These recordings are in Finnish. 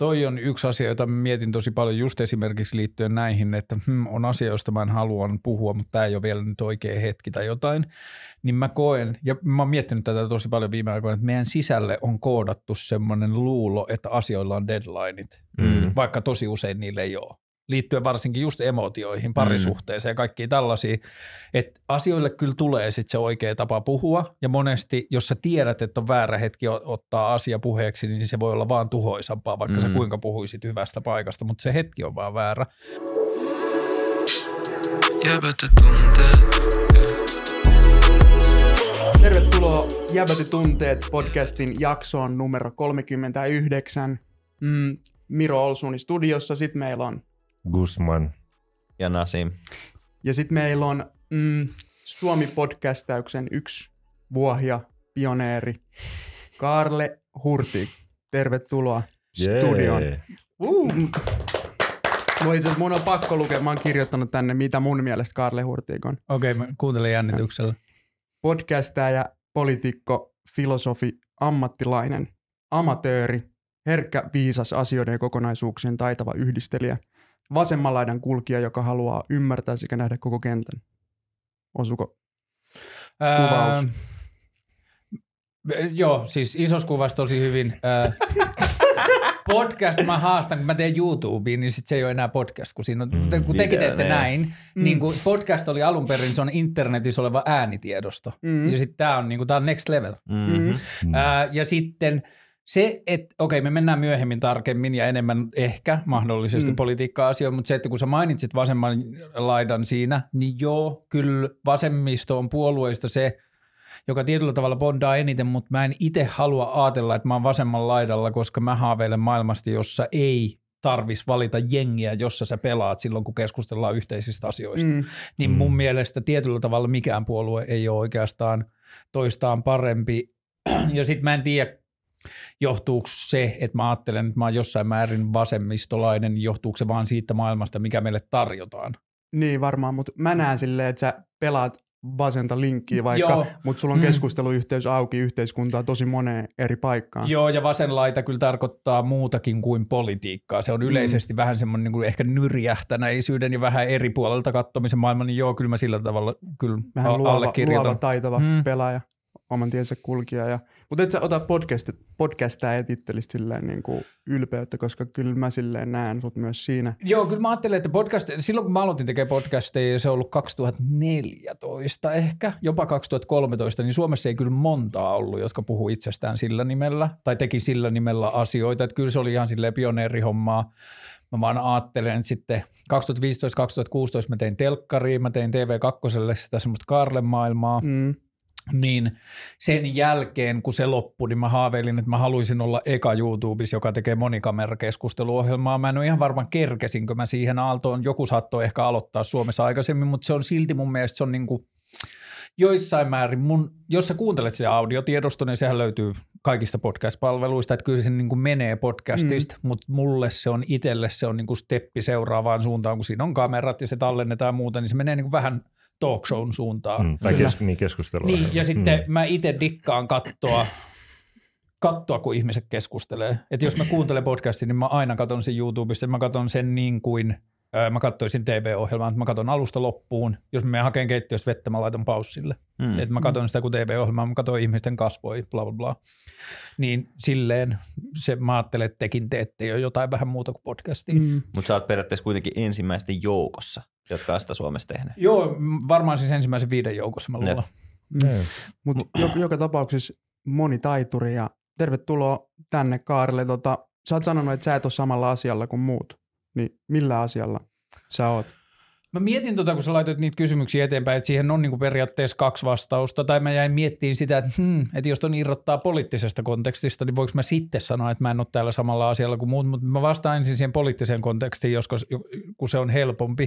toi on yksi asia, jota mietin tosi paljon just esimerkiksi liittyen näihin, että on asia, josta mä en halua puhua, mutta tämä ei ole vielä nyt oikea hetki tai jotain, niin mä koen, ja mä oon miettinyt tätä tosi paljon viime aikoina, että meidän sisälle on koodattu semmoinen luulo, että asioilla on deadlineit, vaikka tosi usein niillä ei ole. Liittyen varsinkin just emootioihin, parisuhteeseen ja kaikkiin tällaisiin, että asioille kyllä tulee sitten se oikea tapa puhua, ja monesti, jos sä tiedät, että on väärä hetki ottaa asia puheeksi, niin se voi olla vaan tuhoisampaa, vaikka sä kuinka puhuisit hyvästä paikasta, mutta se hetki on vaan väärä. Tervetuloa Jäbäty tunteet podcastin jaksoon numero 39. Miro Olsuni studiossa, sitten meillä on Gusman ja Nasim. Ja sitten meillä on Suomi-podcastauksen yksi vuohia pioneeri, Kaarle Hurtig. Tervetuloa studioon. Mun on pakko lukea, mä oon kirjoittanut tänne, mitä mun mielestä Kaarle Hurtig on. Okei, mä kuuntelen jännityksellä. Podcastaja, poliitikko, filosofi, ammattilainen, amatööri, herkkä, viisas asioiden ja kokonaisuuksien taitava yhdistelijä, vasemman laidan kulkija, joka haluaa ymmärtää sekä nähdä koko kentän. Osuko kuvaus? Joo, siis isossa kuvassa tosi hyvin. Podcast mä haastan, kun mä teen YouTubeen, niin sit se ei ole enää podcast, kun siinä on, kun tekin teette näin, niin kun podcast oli alun perin, se on internetissä oleva äänitiedosto. Ja sitten tää on next level. Ja sitten se, että okei, me mennään myöhemmin tarkemmin ja enemmän ehkä mahdollisesti politiikka-asioita, mutta se, että kun sä mainitsit vasemman laidan siinä, niin joo, kyllä vasemmisto on puolueista se, joka tietyllä tavalla bondaa eniten, mutta mä en itse halua ajatella, että mä oon vasemman laidalla, koska mä haaveilen maailmasta, jossa ei tarvitsisi valita jengiä, jossa sä pelaat silloin, kun keskustellaan yhteisistä asioista. Niin mun mielestä tietyllä tavalla mikään puolue ei ole oikeastaan toistaan parempi. Ja sit mä en tiedä, johtuuko se, että mä ajattelen, että mä oon jossain määrin vasemmistolainen, johtuuko se vaan siitä maailmasta, mikä meille tarjotaan? Niin varmaan, mutta mä näen silleen, että sä pelaat vasenta linkkiä vaikka, mutta sulla on keskusteluyhteys auki yhteiskuntaa tosi moneen eri paikkaan. Joo, ja vasen laita kyllä tarkoittaa muutakin kuin politiikkaa. Se on yleisesti vähän semmoinen niin kuin ehkä nyrjähtänäisyyden ja vähän eri puolelta katsomisen maailman, niin joo, kyllä mä sillä tavalla kyllä vähän allekirjoitan. Luova, taitava pelaaja, oman tiensä kulkija. Mutta et sä ota podcastaa ja tittelistä silleen niin kuin ylpeyttä, koska kyllä mä silleen näen sut myös siinä. Joo, kyllä mä ajattelen, että silloin kun mä aloitin tekemään podcasteja, se on ollut 2014 ehkä, jopa 2013, niin Suomessa ei kyllä montaa ollut, jotka puhuu itsestään sillä nimellä tai teki sillä nimellä asioita. Että kyllä se oli ihan silleen pioneerihommaa. Mä vaan ajattelen, että sitten 2015-2016 mä tein telkkariin, mä tein TV2 sitä semmoista Kaarle-maailmaa. Niin sen jälkeen, kun se loppui, niin mä haaveilin, että mä haluaisin olla eka YouTubessa, joka tekee monikamerakeskusteluohjelmaa. Mä en ole ihan varma, kerkesinkö mä siihen aaltoon. Joku saattoi ehkä aloittaa Suomessa aikaisemmin, mutta se on silti mun mielestä, se on niin kuin joissain määrin jos sä kuuntelet sitä audiotiedostoa, niin sehän löytyy kaikista podcast-palveluista, että kyllä se niin kuin menee podcastista, mutta mulle se on itselle, se on niin kuin steppi seuraavaan suuntaan, kun siinä on kamerat ja se tallennetaan ja muuta, niin se menee niin kuin vähän talk shown suuntaan. Tai keskustelua. Niin, ja sitten mä itse dikkaan katsoa, kun ihmiset keskustelee. Että jos mä kuuntelen podcastin, niin mä aina katson sen YouTubesta, mä katson sen niin kuin mä katsoisin TV-ohjelmaa, että mä katson alusta loppuun. Jos mä menen hakemaan keittiöstä vettä, mä laitan paussille. Että mä katson sitä kuin TV-ohjelmaa, mä katson ihmisten kasvoja, bla bla bla. Niin silleen mä ajattelen, että tekin teette jo jotain vähän muuta kuin podcastia. Mutta sä oot periaatteessa kuitenkin ensimmäisten joukossa, jotka on sitä Suomessa tehneet. Joo, varmaan siis ensimmäisen 5 joukossa mä luulen. Mutta joka tapauksessa monitaituri ja tervetuloa tänne Kaarle. Sä oot sanonut, että sä et ole samalla asialla kuin muut. Niin millä asialla sä oot? Mä mietin kun sä laitoit niitä kysymyksiä eteenpäin, että siihen on niinku periaatteessa 2 vastausta, tai mä jäin miettimään sitä, että jos ton irrottaa poliittisesta kontekstista, niin voiko mä sitten sanoa, että mä en ole täällä samalla asialla kuin muut, mutta mä vastaan ensin siihen poliittiseen kontekstiin, kun se on helpompi.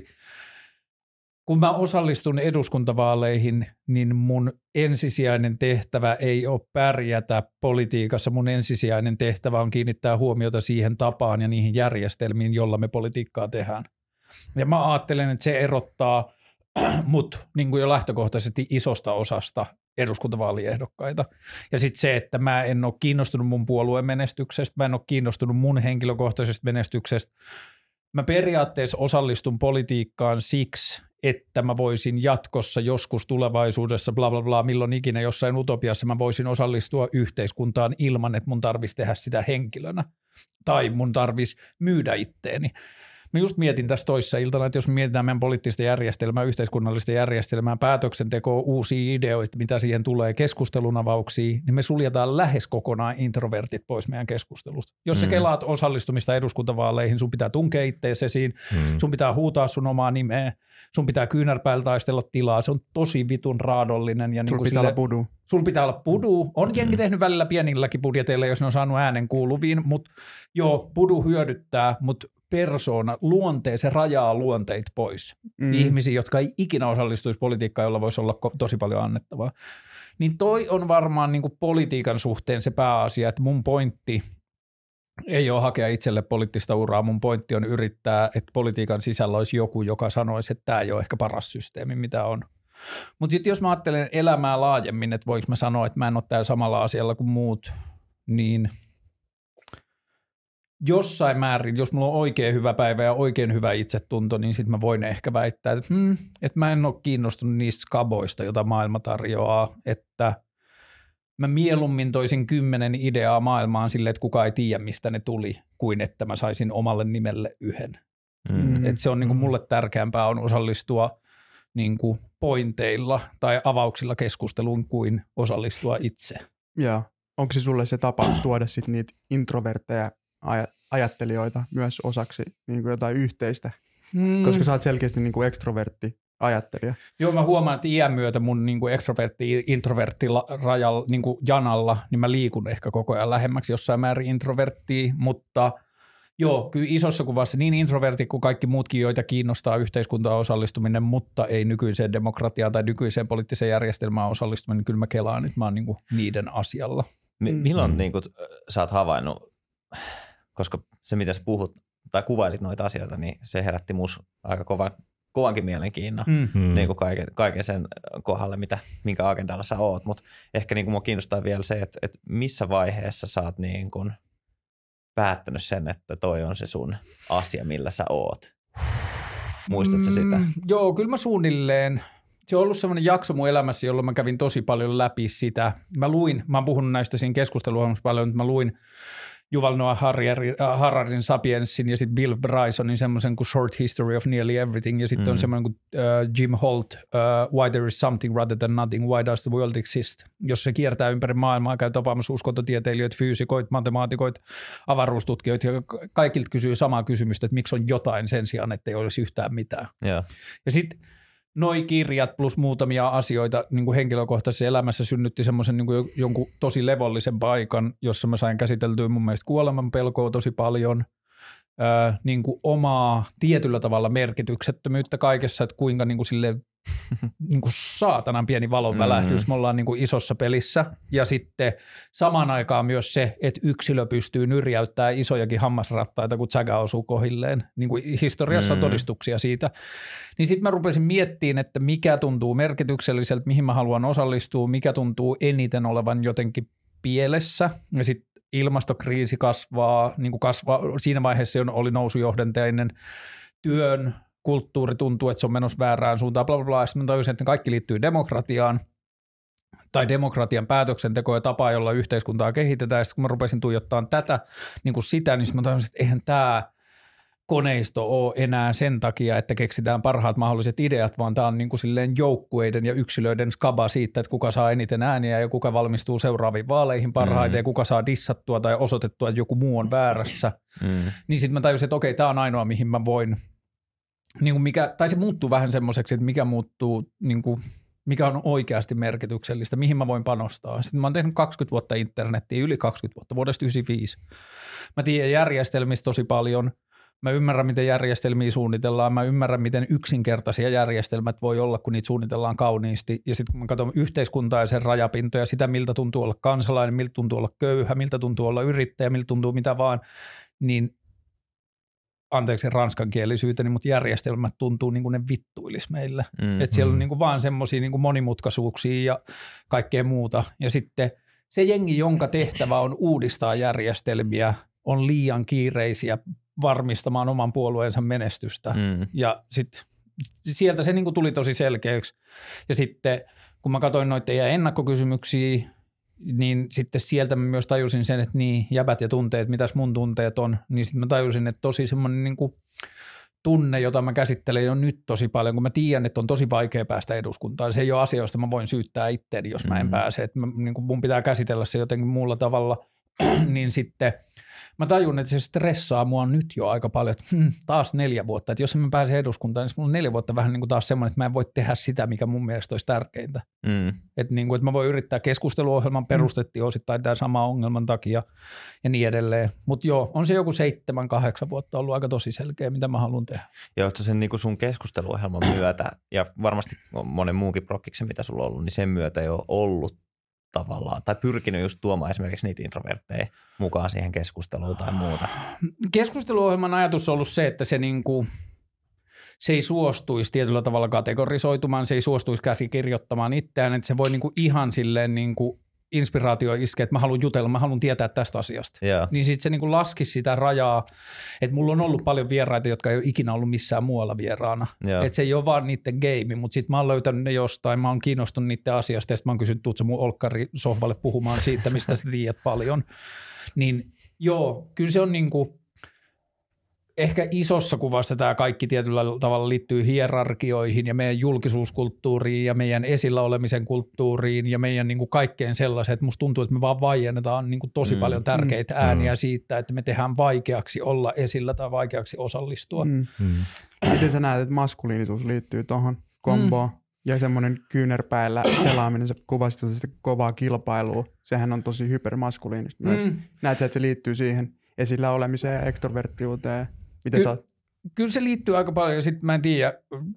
Kun mä osallistun eduskuntavaaleihin, niin mun ensisijainen tehtävä ei ole pärjätä politiikassa. Mun ensisijainen tehtävä on kiinnittää huomiota siihen tapaan ja niihin järjestelmiin, jolla me politiikkaa tehdään. Ja mä ajattelen, että se erottaa mut niin kuin jo lähtökohtaisesti isosta osasta eduskuntavaaliehdokkaita. Ja sitten se, että mä en ole kiinnostunut mun puolueen menestyksestä, mä en ole kiinnostunut mun henkilökohtaisesta menestyksestä. Mä periaatteessa osallistun politiikkaan siksi, että mä voisin jatkossa joskus tulevaisuudessa, bla bla bla, milloin ikinä jossain utopiassa mä voisin osallistua yhteiskuntaan ilman, että mun tarvitsisi tehdä sitä henkilönä tai mun tarvitsisi myydä itteeni. Mä just mietin tässä toissa iltana, että jos me mietitään meidän poliittista järjestelmää, yhteiskunnallista järjestelmää, päätöksentekoa, uusia ideoita, mitä siihen tulee, keskustelunavauksia, niin me suljetaan lähes kokonaan introvertit pois meidän keskustelusta. Jos sä kelaat osallistumista eduskuntavaaleihin, sun pitää tunkea itteesi esiin, sun pitää huutaa sun omaa nimeä, sun pitää kyynärpäillä taistella tilaa, se on tosi vitun raadollinen. Ja sulla pitää olla pudu. Sulla pitää olla pudu. On jengi tehnyt välillä pienilläkin budjeteilla, jos ne on saanut äänen kuuluviin, mutta joo, pudu hyödyttää, mutta persoona, luonteen, se rajaa luonteita pois. Ihmisiä, jotka ei ikinä osallistuisi politiikkaan, jolla voisi olla tosi paljon annettavaa. Niin toi on varmaan niin kuin politiikan suhteen se pääasia, että mun pointti ei ole hakea itselle poliittista uraa. Mun pointti on yrittää, että politiikan sisällä olisi joku, joka sanoisi, että tämä ei ole ehkä paras systeemi, mitä on. Mutta sitten jos mä ajattelen elämää laajemmin, että voiko mä sanoa, että mä en ole täällä samalla asialla kuin muut, niin jossain määrin, jos mulla on oikein hyvä päivä ja oikein hyvä itsetunto, niin sitten mä voin ehkä väittää, että mä en ole kiinnostunut niistä skaboista, joita maailma tarjoaa, että mä mieluummin toisin 10 ideaa maailmaan silleen, että kukaan ei tiedä, mistä ne tuli, kuin että mä saisin omalle nimelle yhden. Et se on niin kuin mulle tärkeämpää on osallistua niin kuin pointeilla tai avauksilla keskusteluun kuin osallistua itse. Joo. Onko se sulle se tapa tuoda sitten niitä introvertteja ajattelijoita myös osaksi niin kuin jotain yhteistä? Koska sä oot selkeästi niin kuin ekstrovertti ajattelija. Joo, mä huomaan, että iän myötä mun niin kuin ekstrovertti-introvertti rajalla, niin kuin janalla, niin mä liikun ehkä koko ajan lähemmäksi jossain määrin introverttiä, mutta joo, kyllä isossa kuvassa niin introvertti kuin kaikki muutkin, joita kiinnostaa yhteiskuntaan osallistuminen, mutta ei nykyiseen demokratiaan tai nykyiseen poliittiseen järjestelmään osallistuminen, niin kyllä mä kelaan, että mä oon niin kuin niiden asialla. Milloin niin kuin, sä oot havainnut, koska se mitä sä puhut tai kuvailit noita asioita, niin se herätti mus aika kovankin mielenkiinnon niin kuin kaiken sen kohdalle, minkä agendalla sä oot, mutta ehkä niin kuin mua kiinnostaa vielä se, että missä vaiheessa sä oot niin kuin päättänyt sen, että toi on se sun asia, millä sä oot. Muistatko sitä? Joo, kyllä mä suunnilleen. Se on ollut semmoinen jakso mun elämässä, jolloin mä kävin tosi paljon läpi sitä. Mä oon puhunut näistä siinä keskusteluohjelmassa paljon, että mä luin Yuval Noah Hararin Sapiensin ja sitten Bill Brysonin semmoisen kuin Short History of Nearly Everything ja sitten on semmoinen kuin Jim Holt, Why There is Something Rather Than Nothing, Why Does the World Exist, jos se kiertää ympäri maailmaa, käy tapaamassa uskontotieteilijöitä, fyysikoita, matemaatikoita, avaruustutkijoita ja kaikilta kysyy samaa kysymystä, että miksi on jotain sen sijaan, että ei olisi yhtään mitään. Yeah. Ja sitten noi kirjat plus muutamia asioita niin kuin henkilökohtaisessa elämässä synnytti semmoisen niin kuin jonkun tosi levollisen paikan, jossa mä sain käsiteltyä mun mielestä kuoleman pelkoa tosi paljon, niin kuin omaa tietyllä tavalla merkityksettömyyttä kaikessa, että kuinka niin kuin silleen, niin kuin saatanan pieni valonvälähdys, me ollaan niin kuin isossa pelissä ja sitten samaan aikaan myös se, että yksilö pystyy nyrjäyttämään isojakin hammasrattaita, kun tsägä osuu kohilleen, niin kuin historiassa on todistuksia siitä, niin sitten mä rupesin miettimään, että mikä tuntuu merkitykselliseltä, mihin mä haluan osallistua, mikä tuntuu eniten olevan jotenkin pielessä ja sitten ilmastokriisi kasvaa, niin kuin siinä vaiheessa oli nousujohdanteinen työn kulttuuri tuntuu, että se on menossa väärään suuntaan, bla bla bla. Sitten mä tajusin, että ne kaikki liittyy demokratiaan tai demokratian päätöksentekoon ja tapaan, jolla yhteiskuntaa kehitetään. Ja sitten kun mä rupesin tuijottamaan tätä niin kuin sitä, niin sitten mä tajusin, että eihän tämä koneisto ole enää sen takia, että keksitään parhaat mahdolliset ideat, vaan tämä on niin kuin silleen joukkueiden ja yksilöiden skaba siitä, että kuka saa eniten ääniä ja kuka valmistuu seuraaviin vaaleihin parhaiten ja kuka saa dissattua tai osoitettua, että joku muu on väärässä. Niin sitten mä tajusin, että okei, tämä on ainoa, mihin mä voin. Niin kuin tai se muuttuu vähän semmoiseksi, että mikä muuttuu, niin kuin, mikä on oikeasti merkityksellistä, mihin mä voin panostaa. Sitten mä oon tehnyt 20 vuotta internettiä, yli 20 vuotta, vuodesta 1995. Mä tiedän järjestelmistä tosi paljon. Mä ymmärrän, miten järjestelmiä suunnitellaan. Mä ymmärrän, miten yksinkertaisia järjestelmät voi olla, kun niitä suunnitellaan kauniisti. Ja sitten kun mä katson yhteiskuntaa ja sen rajapintoja, sitä miltä tuntuu olla kansalainen, miltä tuntuu olla köyhä, miltä tuntuu olla yrittäjä, miltä tuntuu mitä vaan, niin anteeksi ranskankielisyyteni, mutta järjestelmät tuntuu niin kuin ne vittuilis meille. Että siellä on niin kuin vaan semmoisia niin kuin monimutkaisuuksia ja kaikkea muuta. Ja sitten se jengi, jonka tehtävä on uudistaa järjestelmiä, on liian kiireisiä varmistamaan oman puolueensa menestystä. Ja sitten sieltä se niin kuin tuli tosi selkeäksi. Ja sitten kun mä katsoin noita teidän ennakkokysymyksiä, niin sitten sieltä mä myös tajusin sen, että niin, jäbät ja tunteet, mitäs mun tunteet on, niin sitten mä tajusin, että tosi semmoinen niin kuin tunne, jota mä käsittelen jo nyt tosi paljon, kun mä tiedän, että on tosi vaikea päästä eduskuntaan. Se ei ole asia, josta mä voin syyttää itteeni, jos mä en pääse. Että niin kuin mun pitää käsitellä se jotenkin muulla tavalla, niin sitten mä tajun, että se stressaa mua nyt jo aika paljon, että taas 4 vuotta. Että jos mä pääsen eduskuntaan, niin mulla on 4 vuotta vähän niin kuin taas semmoinen, että mä en voi tehdä sitä, mikä mun mielestä olisi tärkeintä. Että niin kuin, että mä voin yrittää keskusteluohjelman perustettiin osittain tämän saman ongelman takia ja niin edelleen. Mutta joo, on se joku 7-8 vuotta ollut aika tosi selkeä, mitä mä haluan tehdä. Ja ootko sen niin kuin sun keskusteluohjelman myötä ja varmasti monen muunkin prokkiksen, mitä sulla on ollut, niin sen myötä ei ole ollut tavallaan, tai pyrkinyt just tuomaan esimerkiksi niitä introvertteja mukaan siihen keskusteluun tai muuta? Keskusteluohjelman ajatus on ollut se, että se, niinku, se ei suostuisi tietyllä tavalla kategorisoitumaan, se ei suostuisi käsikirjoittamaan itseään, että se voi niinku ihan silleen niinku inspiraatio iskeä, että mä haluan jutella, mä haluan tietää tästä asiasta. Yeah. Niin sitten se niinku laskisi sitä rajaa, että mulla on ollut paljon vieraita, jotka ei ole ikinä ollut missään muualla vieraana. Yeah. Että se ei ole vaan niiden game, mutta sitten mä oon löytänyt ne jostain, mä oon kiinnostunut niiden asiasta ja sitten mä oon kysynyt, tuutko mun olkkarisohvalle puhumaan siitä, mistä sä tiedät paljon. Niin joo, kyllä se on niinku, ehkä isossa kuvassa tämä kaikki tietyllä tavalla liittyy hierarkioihin ja meidän julkisuuskulttuuriin ja meidän esillä olemisen kulttuuriin ja meidän niin kuin kaikkeen sellaiseen, että musta tuntuu, että me vaan vaiennetaan niin kuin tosi paljon tärkeitä ääniä siitä, että me tehdään vaikeaksi olla esillä tai vaikeaksi osallistua. Miten sä näet, että maskuliinisuus liittyy tuohon komboon ja semmoinen kyynärpäillä pelaaminen, sä kuvasit sitä kovaa kilpailua, sehän on tosi hypermaskuliinista myös. Näet sä, että se liittyy siihen esillä olemiseen ja ekstroverttiuteen? Kyllä se liittyy aika paljon. Sitten mä en tiedä,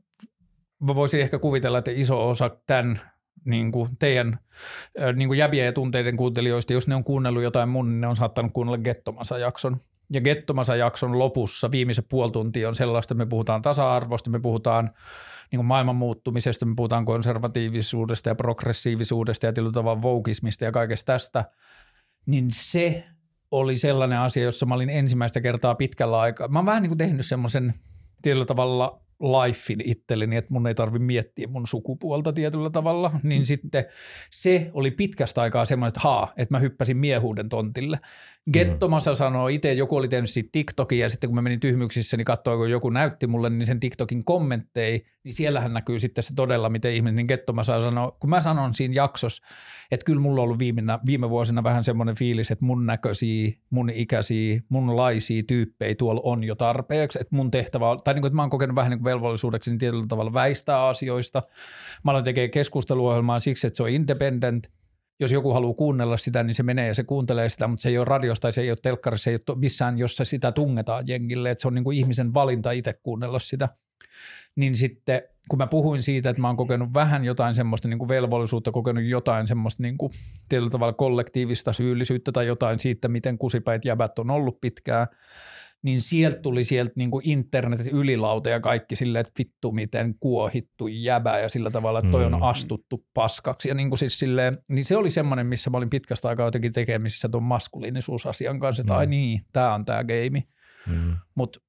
mä voisin ehkä kuvitella, että iso osa tämän niin kuin teidän niin kuin jäbien ja tunteiden kuuntelijoista, jos ne on kuunnellut jotain mun, niin ne on saattanut kuunnella Gettomasa-jakson. Ja Gettomasa-jakson lopussa viimeisen puoli tuntia on sellaista, me puhutaan tasa-arvosta, me puhutaan niin kuin maailman muuttumisesta, me puhutaan konservatiivisuudesta ja progressiivisuudesta ja tietyllä tavalla wokeismista ja kaikesta tästä, niin se oli sellainen asia, jossa mä olin ensimmäistä kertaa pitkällä aikaa. Mä oon vähän niin kuin tehnyt semmoisen tietyllä tavalla lifein itselleni, että mun ei tarvitse miettiä mun sukupuolta tietyllä tavalla, niin sitten se oli pitkästä aikaa semmoinen, että mä hyppäsin miehuuden tontille. Gettomasa sanoo itse, joku oli tehnyt siitä TikTokia ja sitten kun mä menin tyhmyksissä, niin katsoin, kun joku näytti mulle, niin sen TikTokin kommentteja, niin siellähän näkyy sitten se todella, miten ihminen, niin Gettomasa sanoo, kun mä sanon siinä jaksossa, että kyllä mulla on ollut viime vuosina vähän semmoinen fiilis, että mun näköisiä, mun ikäisiä, munlaisia tyyppejä tuolla on jo tarpeeksi, että mun tehtävä on, tai niin kuin, että mä oon kokenut vähän niin kuin velvollisuudeksi niin tietyllä tavalla väistää asioista. Mä aloin tekemään keskusteluohjelmaa siksi, että se on independent. Jos joku haluaa kuunnella sitä, niin se menee ja se kuuntelee sitä, mutta se ei ole radiosta tai se ei ole telkkarissa, se ei ole missään, jossa sitä tungetaan jengille, että se on niin kuin ihmisen valinta itse kuunnella sitä. Niin sitten, kun mä puhuin siitä, että mä oon kokenut vähän jotain semmoista niin kuin velvollisuutta, kokenut jotain semmoista niin kuin tietyllä tavalla kollektiivista syyllisyyttä tai jotain siitä, miten kusipäät jäbät on ollut pitkään, niin sieltä tuli niin kuin internetin ylilauta ja kaikki silleen, että vittu miten kuohittu jäbä ja sillä tavalla, että toi on astuttu paskaksi. Ja niin kuin siis silleen, niin se oli semmoinen, missä mä olin pitkästä aikaa jotenkin tekemisissä tuon maskuliinisuusasian kanssa, että ai niin, tää on tää game. Mutta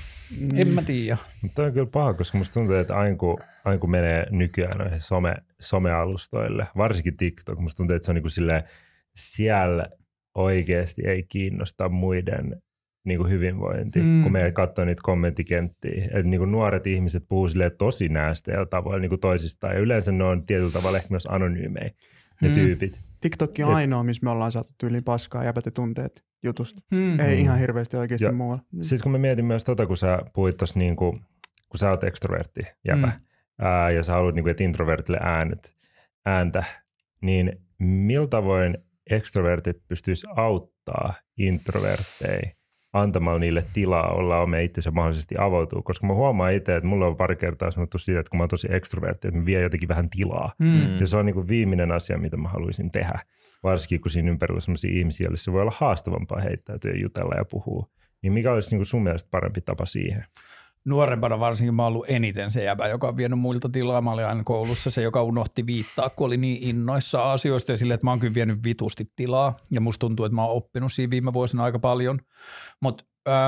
en mä tiedä. Mutta on kyllä paha, koska musta tuntuu, että aina kun menee nykyään noihin somealustoille, varsinkin TikTok, musta tuntuu, että se on niin kuin silleen, siellä oikeasti ei kiinnosta muiden niin kuin hyvinvointi, kun me katsoo niitä kommenttikenttiä. Että niin kuin nuoret ihmiset puhuu tosi näästeillä tavoilla niin kuin toisistaan. Ja yleensä ne on tietyllä tavalla ehkä myös anonyymejä, ne tyypit. TikTok on ainoa, missä me ollaan saatu tyyliin paskaa jäbät ja tunteet jutusta. Ei ihan hirveästi oikeasti muualla. Sitten kun mä mietin myös kun sä puhuit tuossa, niin kun sä oot ekstrovertti jäbä, ja sä haluat, niin kuin, että introvertille ääntä, niin millä tavoin ekstrovertit pystyis auttaa introvertteja antamalla niille tilaa olla omia itsensä mahdollisesti avautuu, koska mä huomaan itse, että mulla on pari kertaa sanottu siitä, että kun mä oon tosi ekstrovertti, että mä vien jotenkin vähän tilaa. Ja se on niin kuin viimeinen asia, mitä mä haluaisin tehdä, varsinkin kun siinä ympärillä on sellaisia ihmisiä, joille se voi olla haastavampaa heittäytyä, jutella ja puhua. niin mikä olisi niin kuin sun mielestä parempi tapa siihen? Nuorempana varsinkin mä oon ollut eniten se jäbä, joka on vienyt muilta tilaa. Mä olin aina koulussa se, joka unohti viittaa, kun oli niin innoissa asioista ja silleen, että mä oon kyllä vienyt vitusti tilaa. Ja musta tuntuu, että mä oon oppinut siinä viime vuosina aika paljon. Mutta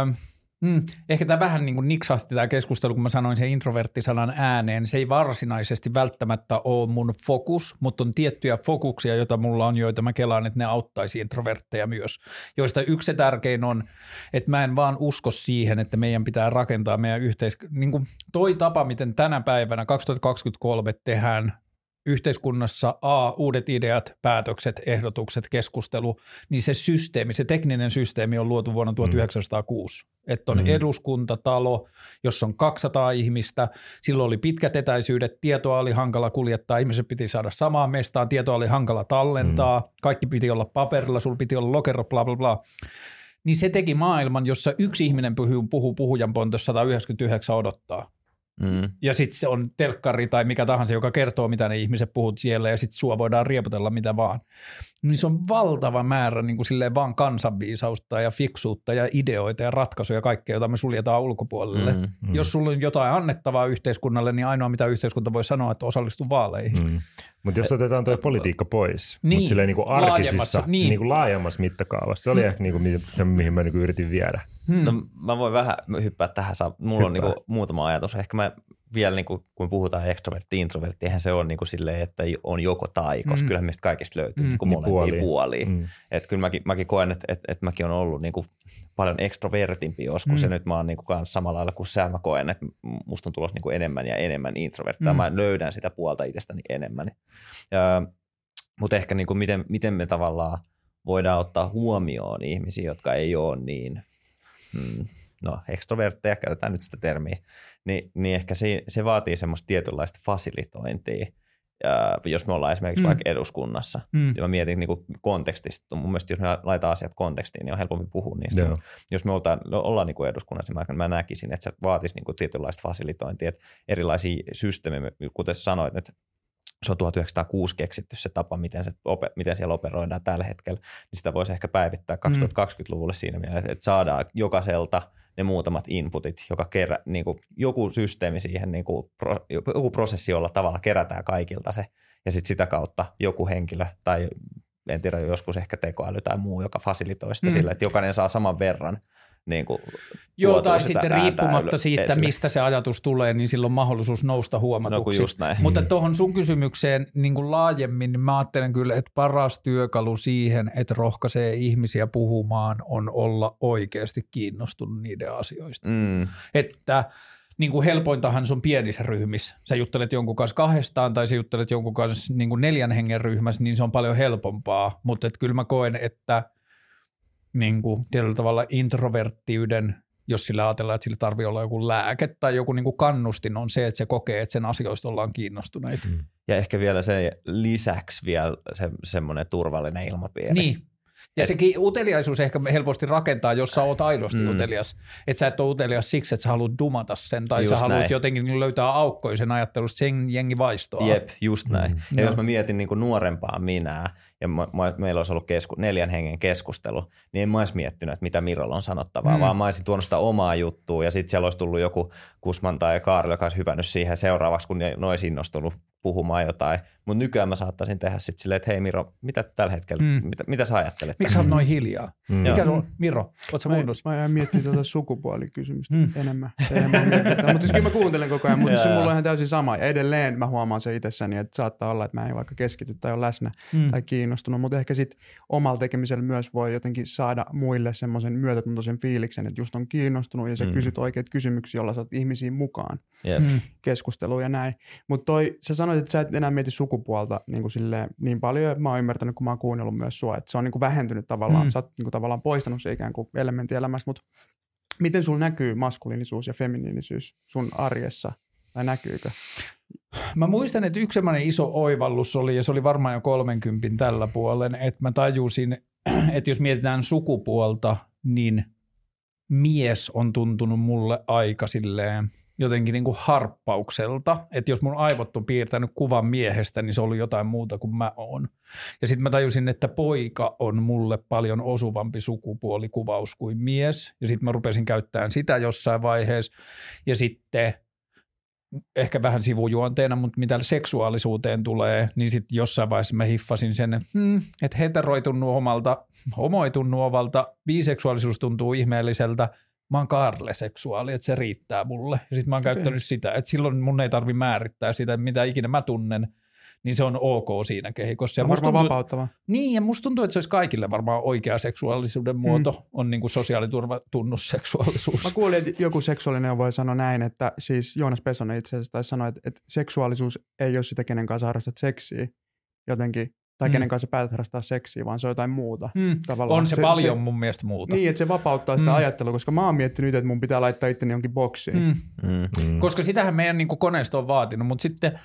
ehkä tämä vähän niin kuin niksahti tämä keskustelu, kun mä sanoin sen introverttisanan ääneen. Se ei varsinaisesti välttämättä ole mun fokus, mutta on tiettyjä fokuksia, joita mulla on, joita mä kelaan, että ne auttaisi introvertteja myös. Joista yksi se tärkein on, että mä en vaan usko siihen, että meidän pitää rakentaa meidän niin kuin toi tapa, miten tänä päivänä 2023 tehdään yhteiskunnassa uudet ideat, päätökset, ehdotukset, keskustelu, niin se systeemi, se tekninen systeemi on luotu vuonna 1906. Että on eduskuntatalo, jossa on 200 ihmistä, silloin oli pitkät etäisyydet, tietoa oli hankala kuljettaa, ihmiset piti saada samaan mestaan, tietoa oli hankala tallentaa, kaikki piti olla paperilla, sulla piti olla lokero, bla bla bla. Niin se teki maailman, jossa yksi ihminen puhuu puhujan pontossa 199 odottaa. Ja sitten se on telkkari tai mikä tahansa, joka kertoo, mitä ne ihmiset puhut siellä ja sitten sua voidaan riepotella mitä vaan. Niin se on valtava määrä niin kuin silleen vaan kansanviisausta ja fiksuutta ja ideoita ja ratkaisuja ja kaikkea, jota me suljetaan ulkopuolelle. Jos sulla on jotain annettavaa yhteiskunnalle, niin ainoa mitä yhteiskunta voi sanoa, että osallistu vaaleihin. Mutta jos otetaan tuo politiikka pois, niin, mutta silleen niin kuin arkisissa, niin kuin laajemmassa mittakaavassa, se oli ehkä niin kuin se, mihin mä niin kuin yritin viedä. No, mä voin vähän hyppää tähän. Mulla on niinku muutama ajatus. Ehkä mä vielä, niinku, kun puhutaan ekstrovertti, introvertti, eihän se ole niinku silleen, että on joko tai, koska kyllähän meistä kaikista löytyy niinku molempia puolia. Että kyllä mäkin koen, että mäkin on ollut niinku paljon ekstrovertimpi joskus, ja nyt mä oon niinku kanssa samalla lailla kuin sä, mä koen, että musta on tulossa niinku enemmän ja enemmän introverttia. Mä löydän sitä puolta itsestäni enemmän. Mutta ehkä niinku miten me tavallaan voidaan ottaa huomioon ihmisiä, jotka ei ole niin ekstrovertteja, käytetään nyt sitä termiä, niin ehkä se vaatii semmoista tietynlaista fasilitointia, jos me ollaan esimerkiksi vaikka eduskunnassa. Ja mä mietin niin kuin kontekstista, mun mielestä jos me laitetaan asiat kontekstiin, niin on helpompi puhua niistä. Yeah. Jos me ollaan niin kuin eduskunnassa, mä näkisin, että se vaatisi niin kuin tietynlaista fasilitointia, että erilaisia systeemejä, kuten sanoit, että se on 1906 keksitty se tapa, miten siellä operoidaan tällä hetkellä, niin sitä voisi ehkä päivittää 2020-luvulle siinä mielessä, että saadaan jokaiselta ne muutamat inputit, joka niin kuin joku systeemi siihen, niin kuin joku prosessi, jolla tavalla kerätään kaikilta se, ja sitten sitä kautta joku henkilö tai en tiedä, joskus ehkä tekoäly tai muu, joka fasilitoi sitä sillä, että jokainen saa saman verran. Niin kuin joo, tai sitten riippumatta siitä, esille. Mistä se ajatus tulee, niin silloin on mahdollisuus nousta huomatuksi. Mutta tuohon sun kysymykseen niin kuin laajemmin, niin mä ajattelen kyllä, että paras työkalu siihen, että rohkaisee ihmisiä puhumaan, on olla oikeasti kiinnostunut niiden asioista. Että niin kuin helpointahan se on pienissä ryhmissä. Sä juttelet jonkun kanssa 2 tai sä juttelet jonkun kanssa niin kuin 4 hengen ryhmässä, niin se on paljon helpompaa. Mutta kyllä mä koen, että niin kuin tietyllä tavalla introverttiyden, jos sillä ajatellaan, että sillä tarvitsee olla joku lääke tai joku niin kuin kannustin, on se, että se kokee, että sen asioista ollaan kiinnostuneita. Ja ehkä vielä sen lisäksi vielä semmoinen turvallinen ilmapiiri. Niin. Ja sekin uteliaisuus ehkä helposti rakentaa, jos sä oot aidosti utelias. Että sä et ole utelias siksi, että sä haluat dumata sen tai just sä haluat jotenkin löytää aukkoja sen ajattelusta, sen jengi vaistoa. Jep, just näin. Ja jos mä mietin niin kuin nuorempaa minää ja meillä olisi ollut 4 hengen keskustelu, niin en mä olisi miettinyt, että mitä Mirolla on sanottavaa, vaan mä olisin tuonut sitä omaa juttua ja sitten siellä olisi tullut joku Kusman tai Kaarli, joka olisi hypännyt siihen seuraavaksi, kun ne olisi innostunut puhumaan jotain. Mutta nykyään mä saattaisin tehdä sitten silleen, että hei Miro, mitä tällä hetkellä, mitä sä ajattelet? Miksi sä oot noin hiljaa? Mikä on Miro? Oot sä kunnossa? Mä miettimään tuota sukupuolikysymystä enemmän. Mutta siis kyllä mä kuuntelen koko ajan, mutta mulla on ihan täysin sama. Ja edelleen mä huomaan se itsessäni, että saattaa olla, että mä en vaikka keskity tai ole läsnä tai kiinnostunut. Mutta ehkä sitten omalla tekemisellä myös voi jotenkin saada muille semmoisen myötätuntoisen fiiliksen, että just on kiinnostunut ja sä kysyt oikeat kysymyksiä, joilla saat ihmisiin mukaan keskusteluun ja näin. Mutta sä sanoit, että sä et enää mieti sukupuolta niin paljon, ja mä oon ymmärtänyt, kun mä oon kuunnellut myös sua, että se on niin kuin vähentynyt tavallaan, sä oot niin kuin tavallaan poistanut se ikään kuin elementti elämästä, mutta miten sulla näkyy maskuliinisuus ja feminiinisyys sun arjessa, tai näkyykö? Mä muistan, että yksi sellainen iso oivallus oli, ja se oli varmaan jo 30 tällä puolen, että mä tajusin, että jos mietitään sukupuolta, niin mies on tuntunut mulle aika silleen jotenkin niin kuin harppaukselta, että jos mun aivot on piirtänyt kuvan miehestä, niin se oli jotain muuta kuin mä oon. Ja sitten mä tajusin, että poika on mulle paljon osuvampi sukupuolikuvaus kuin mies, ja sitten mä rupesin käyttämään sitä jossain vaiheessa, ja sitten ehkä vähän sivujuonteena, mutta mitä seksuaalisuuteen tulee, niin sitten jossain vaiheessa mä hiffasin sen, että heteroitun nuomalta, homoitun nuovalta, biseksuaalisuus tuntuu ihmeelliseltä, mä oon kaarleseksuaali, että se riittää mulle. Ja sitten mä oon käyttänyt sitä, että silloin mun ei tarvi määrittää sitä, mitä ikinä mä tunnen, niin se on ok siinä kehikossa. Ja varmaan vapauttava. Niin, ja musta tuntuu, että se olisi kaikille varmaan oikea seksuaalisuuden muoto, on niin kuin sosiaaliturvatunnusseksuaalisuus. Mä kuulin, että joku seksuaalinen voi sanoa näin, että siis Joonas Pesonen itse asiassa taisi sanoa, että seksuaalisuus ei ole sitä, kenen kanssa harrastat seksiä jotenkin, tai kenen kanssa päätät harrastaa seksiä, vaan se on jotain muuta. On se paljon mun mielestä muuta. Niin, että se vapauttaa sitä ajattelua, koska mä oon miettinyt, että mun pitää laittaa itteni jonkin boksiin. Koska sitähän meidän niin kuin koneisto on vaatinut, mutta sitten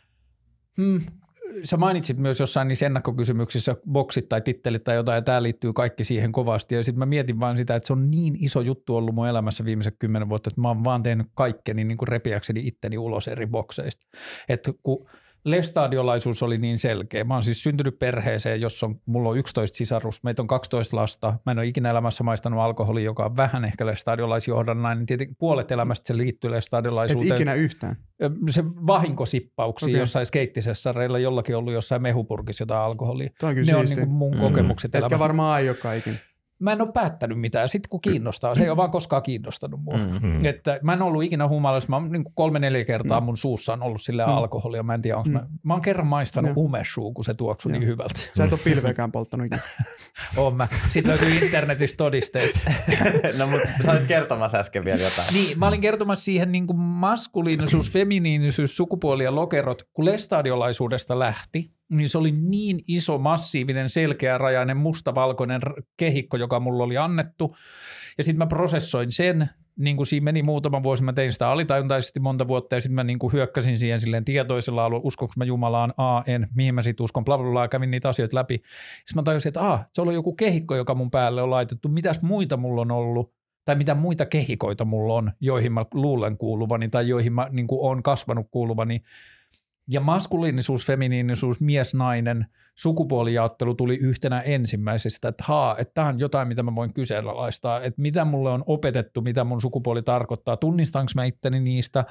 sä mainitsit myös jossain niissä ennakkokysymyksissä boksit tai tittelit tai jotain, ja tämä liittyy kaikki siihen kovasti. Ja sitten mä mietin vaan sitä, että se on niin iso juttu ollut mun elämässä viimeiset 10 vuotta, että mä oon vaan tehnyt kaikkeni niin kuin repiäkseni itteni ulos eri bokseista. Että kun lestadiolaisuus oli niin selkeä. Mä oon siis syntynyt perheeseen, jossa mulla on 11 sisarus, meitä on 12 lasta. Mä en ole ikinä elämässä maistanut alkoholia, joka on vähän ehkä lestadiolaisjohdannainen. Tietenkin puolet elämästä se liittyy lestadiolaisuuteen. Et ikinä yhtään? Se vahinkosippauksia jossain skeittisessareilla, jollakin ollut jossain mehupurkissa jotain alkoholia. Ne on niin kuin mun kokemukset elämässä. Etkä varmaan aiokaan ikinä. Mä en ole päättänyt mitään, sitten kun kiinnostaa. Se ei ole vaan koskaan kiinnostanut mua. Että mä en ollut ikinä humalassa. Mä oon niin 3-4 kertaa mun suussa on ollut silleen alkoholia. Mä en tiedä, onko mä oon kerran maistanut umeshuu, kun se tuoksui niin hyvältä. Sä et ole pilveäkään polttanut ikinä. Oon mä. Sitten löytyy internetistä todisteet. No mutta sä olit kertomassa äsken vielä jotain. Niin, mä olin kertomassa siihen niin kuin maskuliinisuus, feminiinisuus, sukupuoli ja lokerot, kun lestadiolaisuudesta lähti. Niin se oli niin iso, massiivinen, selkeärajainen, mustavalkoinen kehikko, joka mulla oli annettu. Ja sitten mä prosessoin sen, niin kuin siinä meni muutama vuosi, mä tein sitä alitajuntaisesti monta vuotta, ja sitten mä niin kuin hyökkäsin siihen silleen tietoisella alueella, uskonko mä Jumalaan, en, mihin mä sitten uskon, bla bla bla, kävin niitä asioita läpi. Sitten mä tajusin, että se oli joku kehikko, joka mun päälle on laitettu, mitäs muita mulla on ollut, tai mitä muita kehikoita mulla on, joihin mä luulen kuuluvani, tai joihin mä niin kuin oon kasvanut kuuluvani. Ja maskuliinisuus, feminiinisuus, mies-nainen, sukupuolijaottelu tuli yhtenä ensimmäisestä, että tämä on jotain, mitä mä voin kyseenalaistaa, että mitä mulle on opetettu, mitä mun sukupuoli tarkoittaa, tunnistanko mä itteni niistä.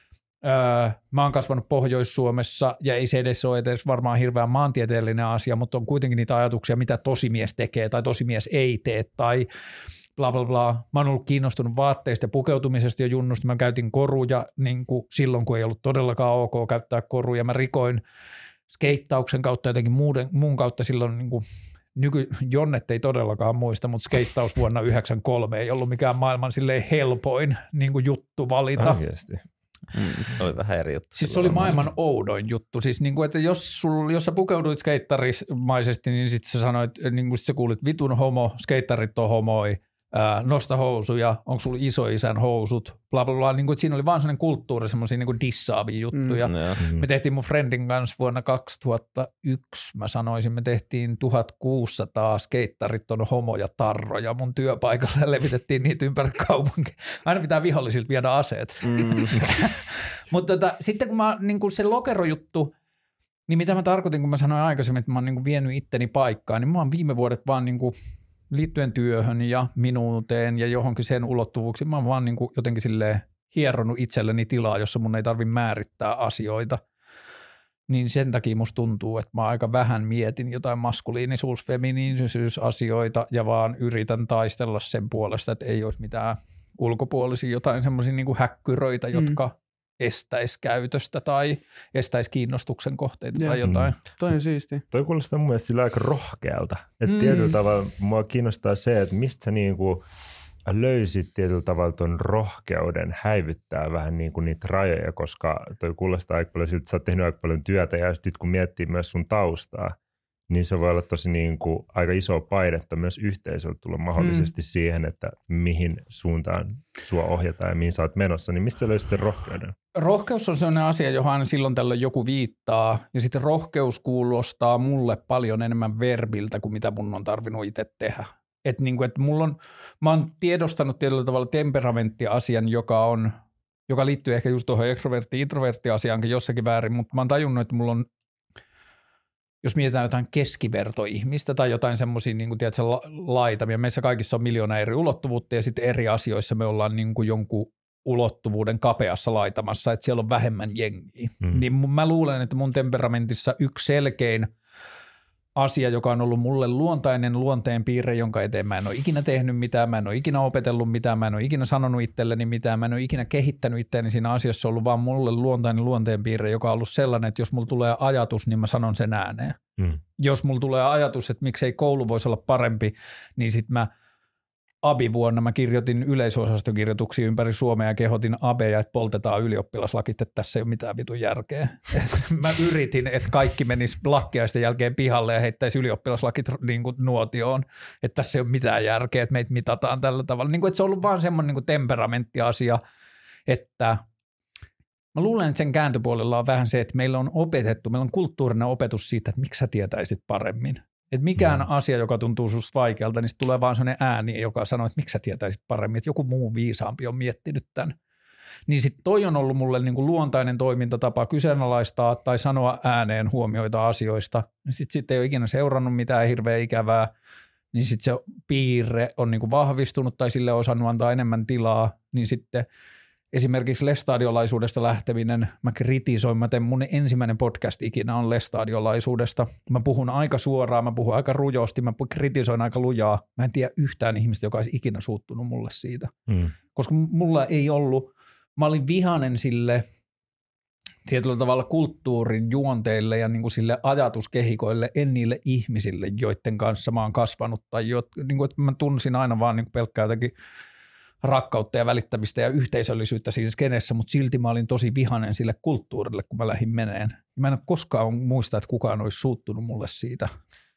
Mä oon kasvanut Pohjois-Suomessa ja ei se edes ole edes varmaan hirveän maantieteellinen asia, mutta on kuitenkin niitä ajatuksia, mitä tosimies tekee tai tosimies ei tee tai bla bla bla. Mä oon ollut kiinnostunut vaatteista ja pukeutumisesta jo junnusta. Mä käytin koruja niin kuin silloin, kun ei ollut todellakaan ok käyttää koruja. Mä rikoin skeittauksen kautta jotenkin muun kautta silloin niin kuin Jonnet ei todellakaan muista, mutta skeittaus vuonna 1993 ei ollut mikään maailman silleen helpoin niin kuin juttu valita. Oikeasti. Oli vähän eri juttu. Siis se oli maailman oudoin juttu. Siis niin kuin, että jos sä pukeuduit skeittarimaisesti, niin sitten sä sanoit, niin kuin sä kuulit vitun homo, skeittarit on homoi, nosta housuja, onko sulla isoisän housut, bla bla bla. Niin kuin, että siinä oli vaan sellainen kulttuuri, semmoisia niin kuin dissaavia juttuja. Me tehtiin mun friendin kanssa vuonna 2001, mä sanoisin, me tehtiin 1600 skeittarit on homoja tarroja mun työpaikalla ja levitettiin niitä ympäri kaupunkia. Aina pitää vihollisilta viedä aseet. Mutta sitten kun mä niin kuin se lokerojuttu, niin mitä mä tarkoitin, kun mä sanoin aikaisemmin, että mä oon niin kuin vienyt itteni paikkaan, niin mä oon viime vuodet vaan niin kuin liittyen työhön ja minuuteen ja johonkin sen ulottuvuuksiin, mä oon vaan niin kuin jotenkin silleen hieronnut itselleni tilaa, jossa mun ei tarvitse määrittää asioita. Niin sen takia musta tuntuu, että mä aika vähän mietin jotain maskuliinisuus, feminiinisyys-asioita ja vaan yritän taistella sen puolesta, että ei olisi mitään ulkopuolisia jotain semmoisia niin kuin häkkyröitä, jotka estäisi käytöstä tai estäisi kiinnostuksen kohteita tai jotain. Toi on siisti. Toi kuulostaa mun mielestä sillä aika rohkealta. Että tietyllä tavalla mua kiinnostaa se, että mistä sä niinku löysit tietyllä tavalla ton rohkeuden häivyttää vähän niinku niitä rajoja, koska toi kuulostaa aika paljon siltä, että sä oot tehnyt aika paljon työtä ja sitten kun miettii myös sun taustaa, niin se voi olla tosi niinku aika isoa painetta myös yhteisöltä tulla mahdollisesti siihen, että mihin suuntaan sua ohjataan ja mihin sä oot menossa, niin mistä sä löysit sen rohkeuden? Rohkeus on sellainen asia, johon aina silloin tällöin joku viittaa ja sitten rohkeus kuulostaa mulle paljon enemmän verbiltä kuin mitä mun on tarvinnut itse tehdä. Että niinku, mä oon tiedostanut tietyllä tavalla temperamenttiasian, joka on joka liittyy ehkä just tuohon ekstrovertti-introvertti-asiaankin jossakin väärin, mutta mä oon tajunnut, että mulla on, jos mietitään jotain keskivertoihmistä tai jotain semmoisia niin kuin tiedätkö, laitamia, meissä kaikissa on miljoona eri ulottuvuutta ja sitten eri asioissa me ollaan niin kuin jonkun ulottuvuuden kapeassa laitamassa, että siellä on vähemmän jengiä. Niin mä luulen, että mun temperamentissa yksi selkein asia, joka on ollut mulle luontainen luonteenpiirre, jonka eteen mä en ole ikinä tehnyt mitään, mä en ole ikinä opetellut mitään, mä en ole ikinä sanonut itselleni mitään, mä en ole ikinä kehittänyt itseäni siinä asiassa, ollut vaan mulle luontainen luonteenpiirre, joka on ollut sellainen, että jos mulla tulee ajatus, niin mä sanon sen ääneen. Jos mulla tulee ajatus, että miksei koulu voisi olla parempi, niin sit mä abivuonna mä kirjoitin yleisosastokirjoituksia ympäri Suomea ja kehotin abeja, että poltetaan ylioppilaslakit, että tässä ei ole mitään vitun järkeä. Mä yritin, että kaikki menis lakkiaisten jälkeen pihalle ja heittäisi ylioppilaslakit niin kuin nuotioon, että tässä ei ole mitään järkeä, että meitä mitataan tällä tavalla. Niin kuin, että se on ollut vaan semmoinen niin kuin temperamenttiasia, että mä luulen, että sen kääntöpuolella on vähän se, että meillä on kulttuurinen opetus siitä, että miksi sä tietäisit paremmin. Että mikään asia, joka tuntuu susta vaikealta, niin tulee vaan sellainen ääni, joka sanoo, että miksi sä tietäisit paremmin, että joku muu viisaampi on miettinyt tämän. Niin sitten toi on ollut mulle niin kuin luontainen toimintatapa kyseenalaistaa tai sanoa ääneen huomioita asioista. Sitten ei ole ikinä seurannut mitään hirveän ikävää, niin sitten se piirre on niin kuin vahvistunut tai sille on osannut antaa enemmän tilaa, niin sitten esimerkiksi lestadiolaisuudesta lähteminen, mä kritisoin, mun ensimmäinen podcast ikinä on lestadiolaisuudesta. Mä puhun aika suoraan, mä puhun aika rujosti, mä kritisoin aika lujaa. Mä en tiedä yhtään ihmistä, joka olisi ikinä suuttunut mulle siitä. Koska mulla ei ollut, mä olin vihainen sille tietyllä tavalla kulttuurin juonteille ja niin kuin sille ajatuskehikoille, en niille ihmisille, joiden kanssa mä oon kasvanut. Tai niin kuin, että mä tunsin aina vaan niin kuin pelkkää jotenkin rakkautta ja välittämistä ja yhteisöllisyyttä siinä skenessä, mutta silti mä olin tosi vihainen sille kulttuurille, kun mä lähdin meneen. Mä en ole koskaan muista, että kukaan olisi suuttunut mulle siitä.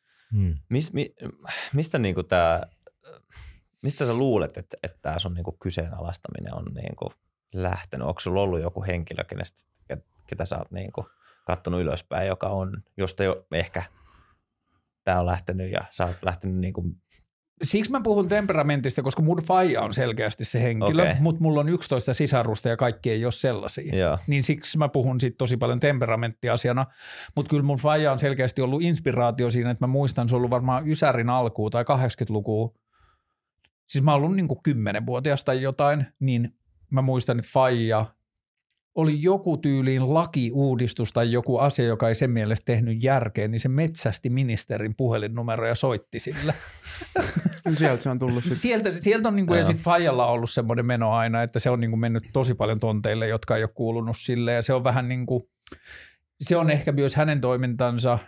Mistä sä luulet, että tää sun niinku kyseenalaistaminen on niinku lähtenyt? Onko sulla ollut joku henkilö, ketä sä oot niinku kattonut ylöspäin, joka on, josta jo ehkä tää on lähtenyt ja sä oot lähtenyt niinku. Siksi mä puhun temperamentista, koska mun faija on selkeästi se henkilö, mutta mulla on 11 sisarusta ja kaikki ei ole sellaisia. Joo. Niin siksi mä puhun siitä tosi paljon temperamenttiasiana, mutta kyllä mun faija on selkeästi ollut inspiraatio siinä, että mä muistan, se on ollut varmaan Ysärin alkuun tai 80-lukua. Siis mä oon ollut niin kuin 10-vuotias tai jotain, niin mä muistan, että faija oli joku tyyliin lakiuudistus tai joku asia, joka ei sen mielestä tehnyt järkeä, niin se metsästi ministerin puhelinnumero ja soitti sille. Sieltä se on tullut sitten. Sieltä on niin kuin, ja sitten faijalla on ollut semmoinen meno aina, että se on niin kuin mennyt tosi paljon tonteille, jotka ei ole kuulunut sille, ja se on vähän niin kuin, se on ehkä myös hänen toimintansa,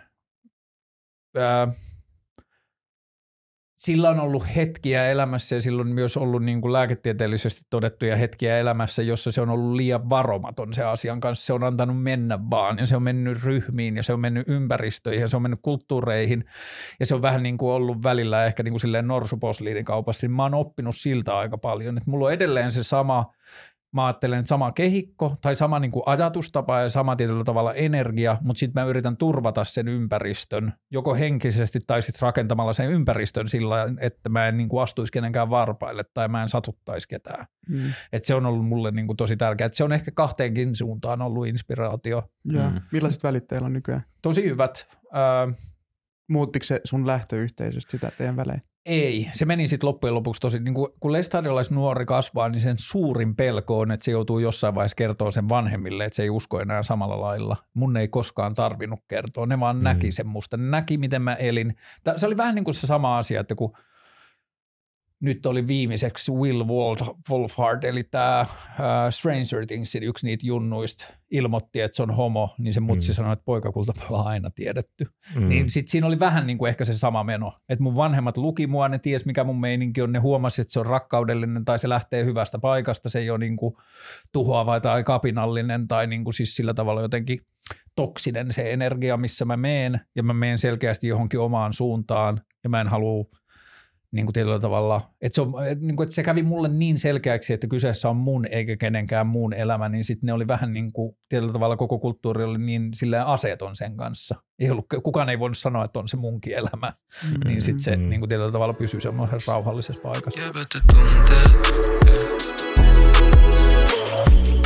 sillä on ollut hetkiä elämässä ja sillä on myös ollut niin kuin lääketieteellisesti todettuja hetkiä elämässä, jossa se on ollut liian varomaton se asian kanssa. Se on antanut mennä vaan ja se on mennyt ryhmiin ja se on mennyt ympäristöihin ja se on mennyt kulttuureihin ja se on vähän niin kuin ollut välillä ehkä niin kuin silleen norsuposliitin kaupassa. Mä oon oppinut siltä aika paljon, että mulla on edelleen se sama. Mä ajattelen, että sama kehikko tai sama niin kuin ajatustapa ja sama tietyllä tavalla energia, mutta sitten mä yritän turvata sen ympäristön, joko henkisesti tai sitten rakentamalla sen ympäristön sillä, että mä en niin kuin astuisi kenenkään varpaille tai mä en satuttaisi ketään. Et se on ollut mulle niin kuin tosi tärkeää. Et se on ehkä kahteenkin suuntaan ollut inspiraatio. Millaiset välit teillä on nykyään? Tosi hyvät. Muuttiko se sun lähtöyhteisöstä sitä teidän välein? Ei, se meni sitten loppujen lopuksi tosi, niin kun lestadiolaisnuori kasvaa, niin sen suurin pelko on, että se joutuu jossain vaiheessa kertoa sen vanhemmille, että se ei usko enää samalla lailla. Mun ei koskaan tarvinnut kertoa, ne vaan näki sen musta, ne näki miten mä elin. Se oli vähän niin kuin se sama asia, että kun nyt oli viimeiseksi Will Wolfhard, eli tämä Stranger Thingsin yksi niitä junnuista ilmoitti, että se on homo, niin se mutsi sanoi, että poikakulta on aina tiedetty. Niin sitten siinä oli vähän niin kuin ehkä se sama meno, että mun vanhemmat luki mua, ne ties mikä mun meininki on, ne huomasi, että se on rakkaudellinen tai se lähtee hyvästä paikasta, se ei ole niin kuin tuhoava tai kapinallinen tai niin kuin siis sillä tavalla jotenkin toksinen se energia, missä mä meen ja mä meen selkeästi johonkin omaan suuntaan ja mä en halua niin kuin tietyllä tavalla, että se, on, niin kuin, että se kävi mulle niin selkeäksi, että kyseessä on mun eikä kenenkään muun elämä, niin sitten ne oli vähän niin kuin tietyllä tavalla koko kulttuuri oli niin silleen aseeton sen kanssa. Ei ollut, kukaan ei voinut sanoa, että on se munkin elämä, niin sitten se niin kuin tietyllä tavalla pysyy semmoisessa rauhallisessa paikassa.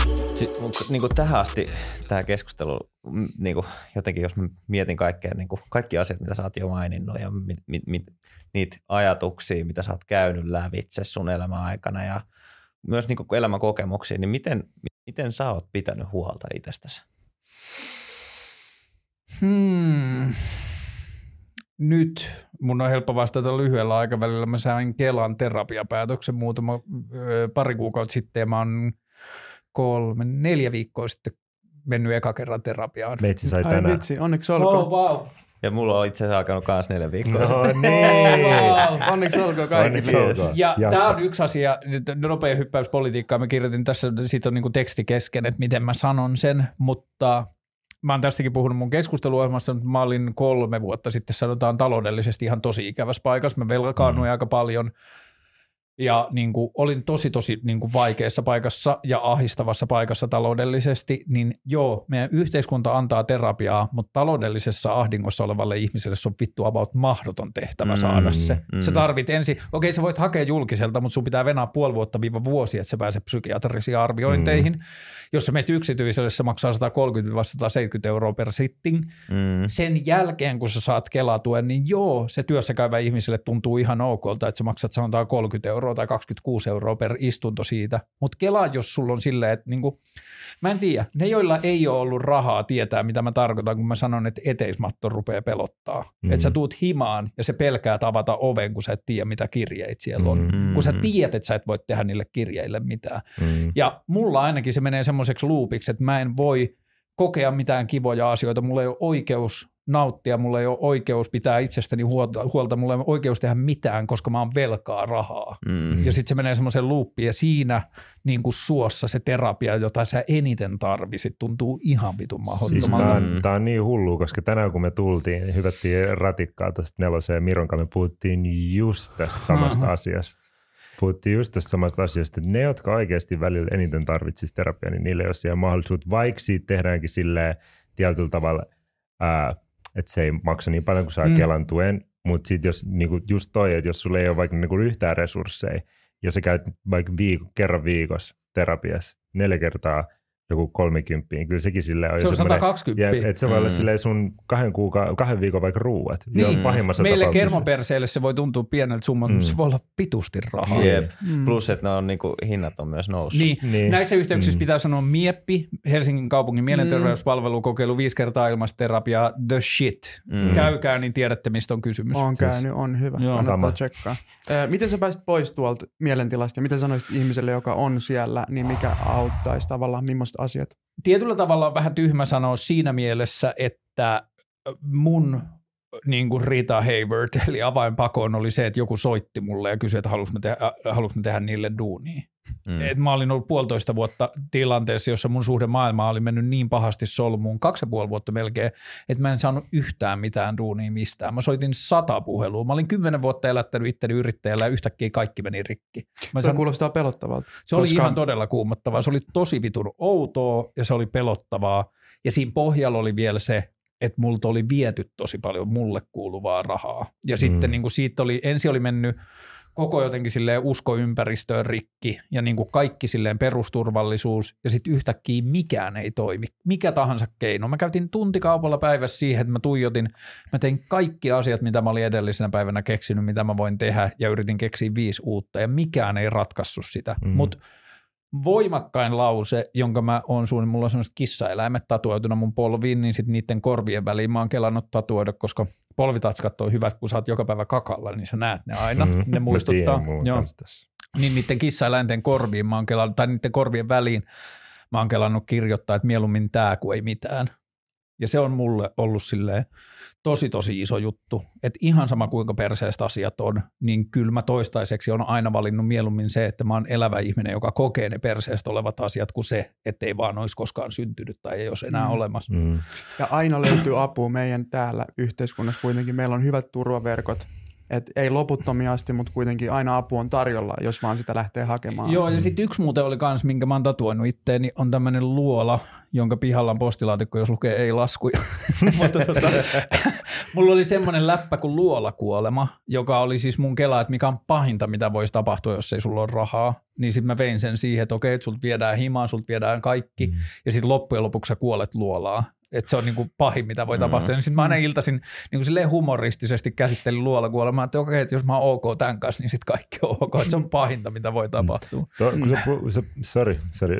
niin kuin tähän asti tämä keskustelu, niin kuin jotenkin jos mä mietin niin kuin kaikki asiat, mitä sä oot jo maininnut ja niitä ajatuksia, mitä sä oot käynyt lävitse sun elämän aikana ja myös niin kuin elämän kokemuksia, niin miten sä oot pitänyt huolta itsestäsi? Nyt mun on helppo vastata lyhyellä aikavälillä. Mä sain Kelan terapiapäätöksen pari kuukautta sitten ja mä oon 4 viikkoa sitten mennyt eka kerran terapiaan. Meitsi sai tänään. Ai vitsi, onneksi olkoon. Oh, wow. Ja mulla on itse asiassa alkanut myös 4 viikkoa. No niin. Onneksi olkoon kaikki. Ja tämä on yksi asia, nopea hyppäys politiikkaan. Mä kirjoitin tässä, siitä on niin kuin teksti kesken, että miten mä sanon sen, mutta mä oon tästäkin puhunut mun keskusteluohjelmassa, mutta mä olin 3 vuotta sitten sanotaan taloudellisesti ihan tosi ikävässä paikassa. Mä velkaannuin aika paljon ja niin kuin, olin tosi niin kuin vaikeassa paikassa ja ahdistavassa paikassa taloudellisesti, niin joo, meidän yhteiskunta antaa terapiaa, mutta taloudellisessa ahdingossa olevalle ihmiselle se on vittu about mahdoton tehtävä saada se. Sä tarvit ensin, sä voit hakea julkiselta, mutta sun pitää venää puoli-vuosi, että sä pääset psykiatrisiin arviointeihin. Jos sä menet yksityiselle, se maksaa 130-170 € per sitting. Sen jälkeen, kun sä saat Kela-tuen, niin joo, se työssä käyvä ihmiselle tuntuu ihan okolta, että sä maksat sanotaan 30 € tai 26 € per istunto siitä. Mutta Kela, jos sulla on silleen, että niinku, mä en tiedä, ne joilla ei ole ollut rahaa tietää, mitä mä tarkoitan, kun mä sanon, että eteismatto rupeaa pelottaa. Että sä tuut himaan ja se pelkää avata oven, kun sä et tiedä, mitä kirjeitä siellä on. Kun sä tiedät, että sä et voi tehdä niille kirjeille mitään. Ja mulla ainakin se menee semmoiseksi loopiksi, että mä en voi kokea mitään kivoja asioita, mulla ei ole oikeus nauttia, mulla ei ole oikeus pitää itsestäni huolta, mulla ei ole oikeus tehdä mitään, koska mä oon velkaa rahaa. Ja sitten se menee semmoisen looppiin ja siinä niin kuin suossa se terapia, jota sä eniten tarvisit, tuntuu ihan vitun mahdottomalta. Siis tää on niin hullua, koska tänään kun me tultiin, niin hyvättiin ratikkaa tuosta Neloseen ja Miron kanssa, me puhuttiin just tästä samasta asiasta. Puhuttiin just tästä samasta asiasta, että ne, jotka oikeasti välillä eniten tarvitsisi terapiaa, niin niille ei ole siellä mahdollisuutta, vaikka siitä tehdäänkin silleen tietyllä tavalla, että se ei maksa niin paljon kuin saa Kelan tuen, mutta sitten jos niinku just toi, että jos sulla ei ole vaikka niinku yhtään resursseja, ja sä käyt vaikka kerran viikossa terapiassa 4 kertaa joku 30, kyllä sekin silleen on. Se on 120. Että se voi olla silleen sun 2 viikon vaikka ruuat. Niin, meille tapauksessa. kermoperseelle se voi tuntua pieneltä summalta, mutta se voi olla pitusti rahaa. Jep. Plus, että ne on, niinku, hinnat on myös noussut. Niin. Näissä yhteyksissä pitää sanoa Mieppi, Helsingin kaupungin mielenterveyspalvelukokeilu 5 kertaa ilmaista terapiaa, the shit. Käykää, niin tiedätte, mistä on kysymys. On käynyt, on hyvä. Kannattaa tsekkaa. Miten sä pääsit pois tuolta mielentilasta ja mitä sanoisit ihmiselle, joka on siellä, niin mikä auttaisi tavallaan, millaista asiat? Tietyllä tavalla on vähän tyhmä sanoa siinä mielessä, että mun niin kuin Rita Hayworth, eli avainpakoon oli se, että joku soitti mulle ja kysyi, että haluanko me tehdä niille duunia. Et mä olin ollut 1,5 vuotta tilanteessa, jossa mun suhde maailmaa oli mennyt niin pahasti solmuun, 2,5 vuotta melkein, että mä en saanut yhtään mitään duunia mistään. Mä soitin 100 puhelua. Mä olin 10 vuotta elättänyt itteni yrittäjällä ja yhtäkkiä kaikki meni rikki. Se kuulostaa pelottavalta. Se oli ihan todella kuumottavaa. Se oli tosi vitun outoa ja se oli pelottavaa. Ja siinä pohjalla oli vielä se, että multa oli viety tosi paljon mulle kuuluvaa rahaa. Ja sitten niin kuin siitä ensin oli mennyt koko jotenkin silleen uskoympäristöön rikki ja niin kuin kaikki silleen perusturvallisuus ja sitten yhtäkkiä mikään ei toimi. Mikä tahansa keino. Mä käytin tuntikaupalla päivässä siihen, että mä tein kaikki asiat, mitä mä olin edellisenä päivänä keksinyt, mitä mä voin tehdä ja yritin keksiä 5 uutta ja mikään ei ratkaissut sitä. Mutta voimakkain lause, jonka mä oon mulla on sellaiset kissaeläimet tatuoituna mun polviin, niin sitten niiden korvien väliin mä oon kelannut tatuoida, koska polvitatskat on hyvät, kun sä oot joka päivä kakalla, niin sä näet ne aina. Ne muistuttaa. Niin niiden kissaeläinten korviin mä oon kelannut, tai niiden korvien väliin mä oon kelannut kirjoittaa, että mieluummin tää kuin ei mitään. Ja se on mulle ollut silleen tosi iso juttu, että ihan sama kuinka perseestä asiat on, niin kyllä mä toistaiseksi on aina valinnut mieluummin se, että mä oon elävä ihminen, joka kokee ne perseestä olevat asiat kuin se, ettei vaan olisi koskaan syntynyt tai ei olisi enää olemassa. Ja aina löytyy apua meidän täällä yhteiskunnassa kuitenkin. Meillä on hyvät turvaverkot Et ei loputtomia asti, mutta kuitenkin aina apu on tarjolla, jos vaan sitä lähtee hakemaan. Joo, ja sitten yksi muuten oli kans, minkä mä oon tatuoinut itteeni, on tämmöinen luola, jonka pihalla on postilaatikko, jos lukee ei laskuja. Mutta mulla oli semmoinen läppä kuin luolakuolema, joka oli siis mun kela, että mikä on pahinta, mitä voisi tapahtua, jos ei sulla ole rahaa. Niin sitten mä vein sen siihen, että okei, että sulta viedään himaa, sulta viedään kaikki, ja sitten loppujen lopuksi sä kuolet luolaa. Että se on niinku pahin, mitä voi tapahtua. Sitten mä aina iltaisin niinku silleen humoristisesti käsittelin luolakuolemaa, että okei, että jos mä oon ok tämän kanssa, niin sitten kaikki on ok. Että se on pahinta, mitä voi tapahtua. Sorry.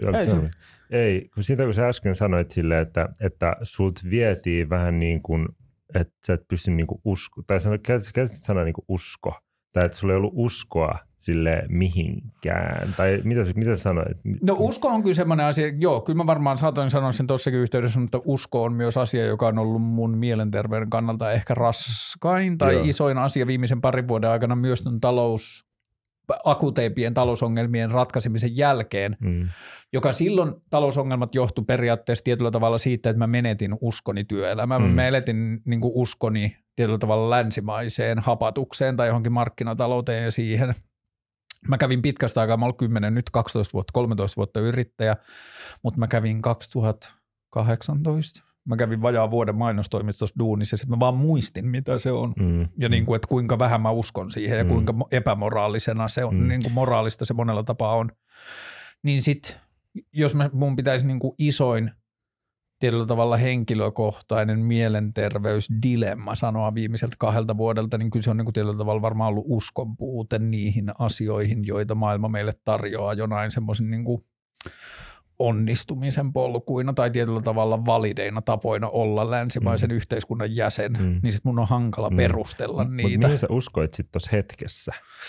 Ei, kun sä äsken sanoit silleen, että sult vietiin vähän niin kuin, että sä et pysty niin kuin usko, tai käytit sanaa niin kuin usko, tai että sulla ei ollut uskoa sille mihinkään, tai mitä sä sanoit? No usko on kyllä semmoinen asia, joo, kyllä mä varmaan saatoin sanoa sen tuossakin yhteydessä, mutta usko on myös asia, joka on ollut mun mielenterveyden kannalta ehkä raskain tai isoin asia viimeisen parin vuoden aikana myös akuteimpien talousongelmien ratkaisemisen jälkeen, joka silloin talousongelmat johtui periaatteessa tietyllä tavalla siitä, että mä menetin uskoni työelämään. Mä menetin niin kuin uskoni tietyllä tavalla länsimaiseen hapatukseen tai johonkin markkinatalouteen ja siihen. Mä kävin pitkästä aikaa, mä olin 10, nyt 12 vuotta, 13 vuotta yrittäjä, mutta mä kävin 2018. Mä kävin vajaa vuoden mainostoimistossa duunissa ja sitten mä vaan muistin, mitä se on. Ja niin kuin, että kuinka vähän mä uskon siihen ja kuinka epämoraalisena se on, niin kuin moraalista se monella tapaa on. Niin sitten, jos mun pitäisi niin kuin isoin tietyllä tavalla henkilökohtainen mielenterveysdilemma sanoa viimeiseltä 2 vuodelta, niin kyllä se on niin kuin tietyllä tavalla varmaan ollut uskon puute niihin asioihin, joita maailma meille tarjoaa jonain semmoisen niin kuin onnistumisen polkuina tai tietyllä tavalla valideina tapoina olla länsimaisen yhteiskunnan jäsen, niin sitten mun on hankala perustella niitä. Mutta mihin sä uskoit sitten tuossa hetkessä?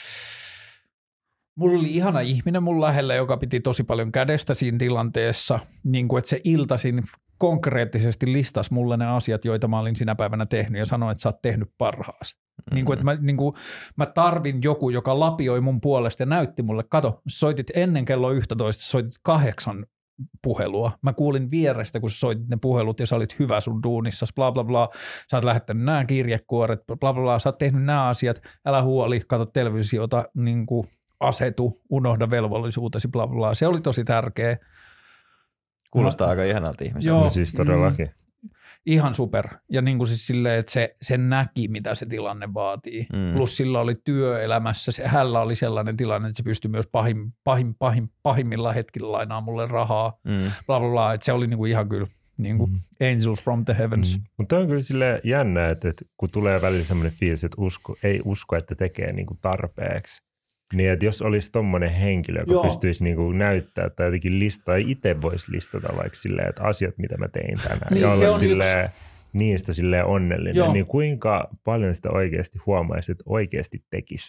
Mulla oli ihana ihminen mun lähellä, joka piti tosi paljon kädestä siinä tilanteessa, niin kuin että se iltaisin konkreettisesti listasi mulle ne asiat, joita mä olin sinä päivänä tehnyt ja sanoi, että sä oot tehnyt parhaas. Niin kuin, että mä tarvin joku, joka lapioi mun puolesta ja näytti mulle, kato, soitit ennen kello 11, soitit 8 puhelua. Mä kuulin vierestä, kun sä soitit ne puhelut ja sä olit hyvä sun duunissa, bla bla bla. Sä oot lähettänyt nämä kirjekuoret, bla bla bla. Sä oot tehnyt nämä asiat, älä huoli, kato televisiota, niin kuin asetu, unohda velvollisuutesi, bla bla. Se oli tosi tärkeä. Kuulostaa aika ihanalta ihmiseltä. Joo, siis todellakin. Ihan super. Ja niin kuin siis silleen, että se näki, mitä se tilanne vaatii. Plus sillä oli työelämässä, hänellä oli sellainen tilanne, että se pystyi myös pahimmilla hetkillä lainaa mulle rahaa. Bla bla bla. Että se oli niin kuin ihan kyllä niin kuin angels from the heavens. Mutta on kyllä silleen jännä, että kun tulee välillä semmoinen fiilis, että ei usko, että tekee niin kuin tarpeeksi. Niin, että jos olisi tommoinen henkilö, joka pystyisi niinku näyttää tai jotenkin listaa, itse voisi listata vaikka silleen, että asiat, mitä mä tein tänään, niin, ja olla silleen, niistä silleen onnellinen, niin kuinka paljon sitä oikeasti huomaisi, että oikeasti tekisi?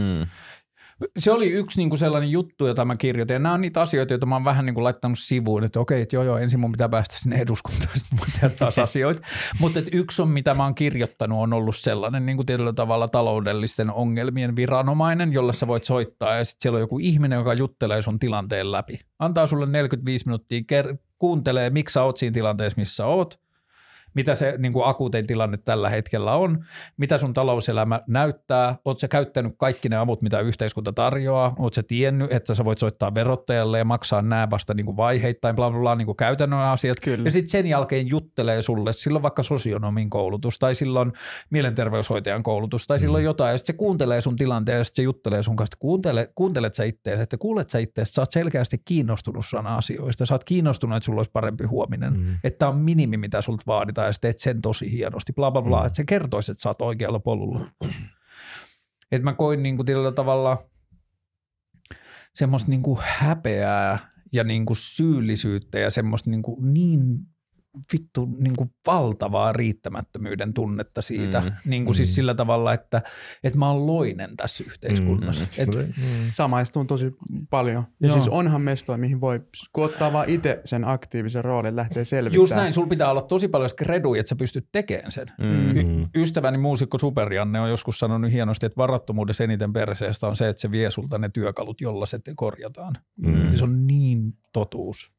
Se oli yksi niin kuin sellainen juttu, jota mä kirjoitin, ja nämä on niitä asioita, joita mä oon vähän niin kuin laittanut sivuun, että okei, että joo, ensin mun pitää päästä sinne eduskuntaan, sitten mun tehdä taas asioita, mutta yksi on, mitä mä oon kirjoittanut, on ollut sellainen niin kuin tietyllä tavalla taloudellisten ongelmien viranomainen, jolle sä voit soittaa, ja sitten siellä on joku ihminen, joka juttelee sun tilanteen läpi. Antaa sulle 45 minuuttia, kuuntelee, miksi sä oot siinä tilanteessa, missä oot, mitä se niin kuin akuutein tilanne tällä hetkellä on, mitä sun talouselämä näyttää, oot sä käyttänyt kaikki ne avut, mitä yhteiskunta tarjoaa, oot sä tiennyt, että sä voit soittaa verottajalle ja maksaa nämä vasta niin kuin vaiheittain, bla bla bla, niin kuin käytännön asiat, Kyllä. ja sitten sen jälkeen juttelee sulle, silloin vaikka sosionomin koulutus, tai silloin mielenterveyshoitajan koulutus, tai silloin jotain, ja sitten se kuuntelee sun tilanteen, ja sitten se juttelee sun kanssa, kuuntelet sä ittees, että kuulet sä ittees, sä oot selkeästi kiinnostunut sana asioista, sä oot kiinnostunut, että sulla olisi parempi huominen, että on minimi, mitä sulta vaaditaan, ja teet sen tosi hienosti, bla bla bla, että se kertoisi, että sä oot oikealla polulla. Että mä koin niin kuin tietyllä tavalla semmoista niin kuin häpeää ja niin kuin syyllisyyttä ja semmoista niin vittu niin kuin valtavaa riittämättömyyden tunnetta siitä, niin kuin siis sillä tavalla, että mä oon loinen tässä yhteiskunnassa. Samaistun tosi paljon. Ja siis onhan mestoja, mihin voi, kun ottaa vaan itse sen aktiivisen roolin, lähtee selvittämään. Just näin, sulla pitää olla tosi paljon skreduja, että sä pystyt tekemään sen. Ystäväni muusikko Super-Janne on joskus sanonut hienosti, että varattomuudessa eniten perseestä on se, että se vie sulta ne työkalut, jolla se korjataan. Se on niin totuus.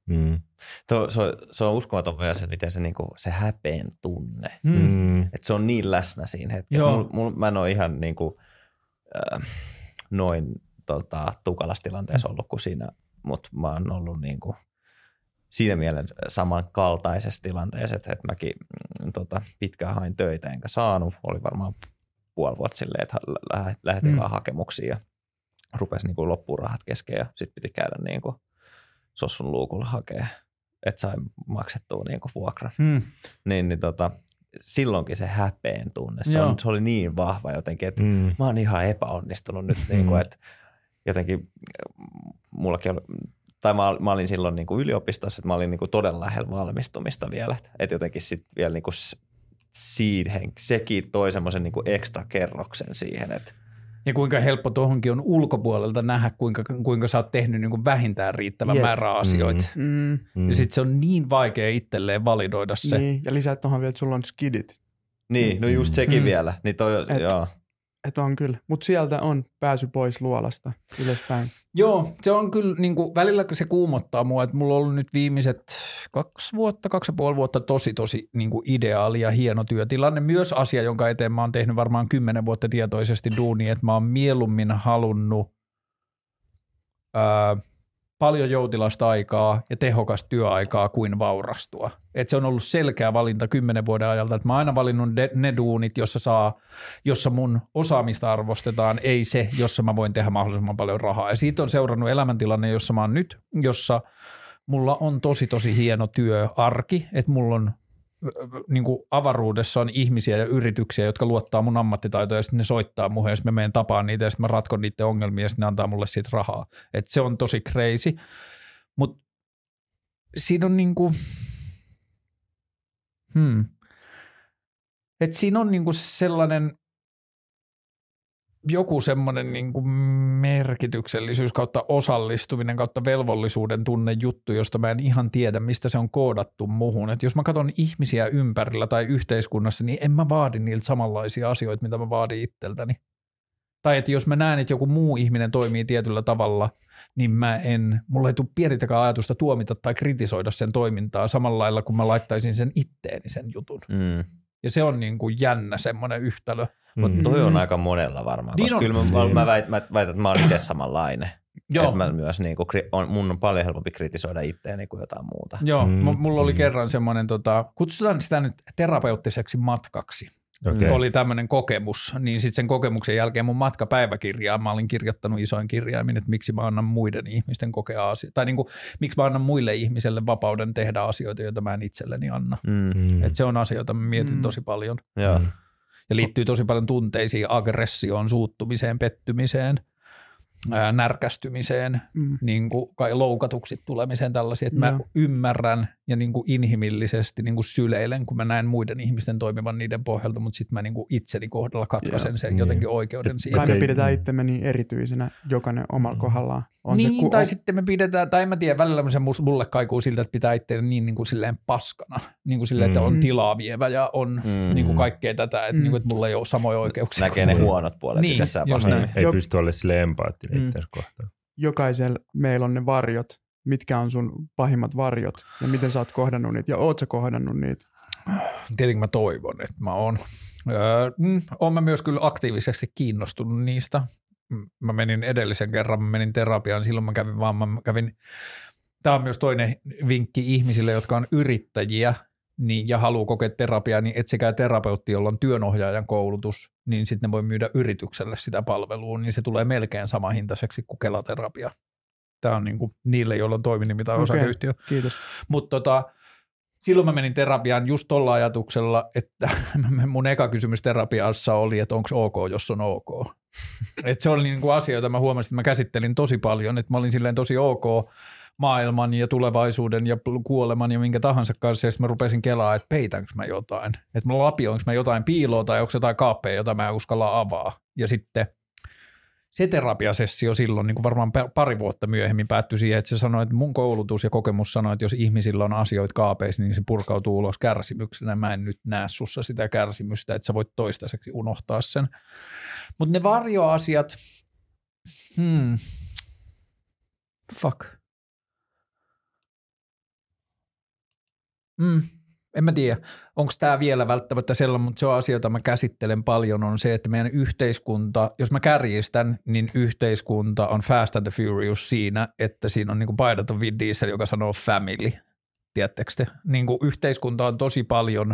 Se on uskomaton myös, että miten se, niinku, se häpeen tunne. Että se on niin läsnä siinä hetkessä. Mä en ole ihan niinku, noin tukalassa tilanteessa ollut kuin siinä, mutta mä oon ollut niinku, siinä mielessä samankaltaisessa tilanteessa, että mäkin pitkään hain töitä enkä saanut. Oli varmaan puoli vuotta silleen, että lähetin vaan hakemuksia ja rupesi niinku loppuun rahat kesken ja sitten piti käydä niinku sossun luukulla hakea, että sai maksettua niinku vuokran. Silloinkin se häpeen tunne, se oli niin vahva jotenkin, että mä oon ihan epäonnistunut nyt, niinku, että jotenkin mullakin oli, tai mä olin silloin niinku yliopistossa, että mä olin niinku todella lähellä valmistumista vielä, että jotenkin sitten vielä niinku sekin toi semmoisen niinku ekstra kerroksen siihen, että ja kuinka helppo tuohonkin on ulkopuolelta nähdä, kuinka sä oot tehnyt niin kuin vähintään riittävän määrä asioita. Ja sitten se on niin vaikea itselleen validoida se. Niin, ja lisäät tuohon vielä, että sulla on skidit. Niin, no just sekin vielä. Niin Että on kyllä. Mutta sieltä on pääsy pois luolasta ylöspäin. Joo, se on kyllä niin kuin, välillä se kuumottaa mua, että mulla on ollut nyt viimeiset 2,5 vuotta tosi niin kuin ideaali ja hieno työtilanne. Myös asia, jonka eteen mä oon tehnyt varmaan 10 vuotta tietoisesti duunia, että mä oon mieluummin halunnut paljon joutilasta aikaa ja tehokasta työaikaa kuin vaurastua. Et se on ollut selkeä valinta 10 vuoden ajalta, että mä oon aina valinnut ne duunit, jossa mun osaamista arvostetaan, ei se, jossa mä voin tehdä mahdollisimman paljon rahaa. Ja siitä on seurannut elämäntilanne, jossa mä oon nyt, jossa mulla on tosi hieno työarki, että mulla on niin kuin avaruudessa on ihmisiä ja yrityksiä, jotka luottaa mun ammattitaitoja ja sitten ne soittaa mulle ja sitten mä menen tapaan niitä ja sitten mä ratkon niiden ongelmia ja sitten ne antaa mulle siitä rahaa. Että se on tosi crazy, mutta siinä on niinku, että siinä on niinku sellainen joku semmoinen niinku merkityksellisyys kautta osallistuminen kautta velvollisuuden tunne juttu, josta mä en ihan tiedä, mistä se on koodattu muhun. Et jos mä katson ihmisiä ympärillä tai yhteiskunnassa, niin en mä vaadi niiltä samanlaisia asioita, mitä mä vaadin itseltäni. Tai että jos mä näen, että joku muu ihminen toimii tietyllä tavalla, niin mulla ei tule pienintäkään ajatusta tuomita tai kritisoida sen toimintaa samalla lailla, kun mä laittaisin sen itteeni sen jutun. Ja se on niin kuin jännä semmoinen yhtälö. Mutta toi on aika monella varmaan, niin koska kyllä mä väitän, että mä oon itse samanlainen. Että mä myös mun on paljon helpompi kritisoida itseäni kuin jotain muuta. Joo, mulla oli kerran semmoinen, kutsutaan sitä nyt terapeuttiseksi matkaksi. Okay. Oli tämmöinen kokemus, niin sitten sen kokemuksen jälkeen mun matkapäiväkirjaa mä olin kirjoittanut isoin kirjaimin, että miksi mä annan muiden ihmisten kokea asioita, tai niin kuin, miksi mä annan muille ihmiselle vapauden tehdä asioita, joita mä en itselleni anna. Että se on asia, jota mä mietin tosi paljon. Ja liittyy tosi paljon tunteisiin, aggressioon, suuttumiseen, pettymiseen, närkästymiseen, niin kuin loukatuksi tulemiseen tällaisia, että mä ymmärrän ja niin kuin inhimillisesti niin kuin syleilen, kun mä näen muiden ihmisten toimivan niiden pohjalta, mutta sitten mä niin kuin itseni kohdalla katkaisen sen jotenkin oikeuden siihen. Kai me pidetään itsemme niin erityisenä jokainen omalla kohdallaan. On niin, se, tai sitten me pidetään, tai en mä tiedä, välillä se mulle kaikuu siltä, että pitää itseäni niin kuin silleen paskana, niin kuin silleen, että on tilaa vievä ja on niin kuin kaikkea tätä, että, niin kuin, että mulla ei ole samoja oikeuksia. Näkee ne huonot puolet. Niin, ei pysty olemaan silleen empaattinen itseänsä kohtaan. Jokaisella meillä on ne varjot. Mitkä on sun pahimmat varjot ja miten sä oot kohdannut niitä ja oot sä kohdannut niitä? Tietenkin mä toivon, että mä oon. Oon mä myös kyllä aktiivisesti kiinnostunut niistä. Mä menin edellisen kerran, mä menin terapiaan, silloin mä kävin, tää on myös toinen vinkki ihmisille, jotka on yrittäjiä niin, ja haluaa kokea terapiaa, niin etsikää terapeutti, jolla on työnohjaajan koulutus, niin sitten ne voi myydä yritykselle sitä palvelua, niin se tulee melkein sama hintaiseksi kuin Kela-terapia. Tämä on niin kuin niille, joilla on toiminimi tai osakeyhtiö. Kiitos. Mutta silloin mä menin terapiaan just tuolla ajatuksella, että mun eka kysymys terapiassa oli, että onko ok, jos on ok. Että se oli niin kuin asia, jota mä huomasin, että mä käsittelin tosi paljon, että mä olin silleen tosi ok maailman ja tulevaisuuden ja kuoleman ja minkä tahansa kanssa, ja sitten mä rupesin kelaa, että peitänkö mä jotain, että mä lapioinko mä jotain piiloa tai onko jotain kaappeja, jota mä en uskalla avaa. Ja sitten se terapiasessio silloin niin kuin varmaan pari vuotta myöhemmin päättyi siihen, että se sanoi, että mun koulutus ja kokemus sanoi, että jos ihmisillä on asioita kaapeissa, niin se purkautuu ulos kärsimyksenä. Mä en nyt näe sussa sitä kärsimystä, että sä voit toistaiseksi unohtaa sen. Mutta ne varjoasiat, fuck. En mä tiedä, onko tämä vielä välttämättä sellainen, mutta se on asia, jota mä käsittelen paljon, on se, että meidän yhteiskunta, jos mä kärjistän, niin yhteiskunta on Fast and the Furious siinä, että siinä on niin kuin paidaton Vin Diesel, joka sanoo family, tiedättekö te? Niin kuin yhteiskunta on tosi paljon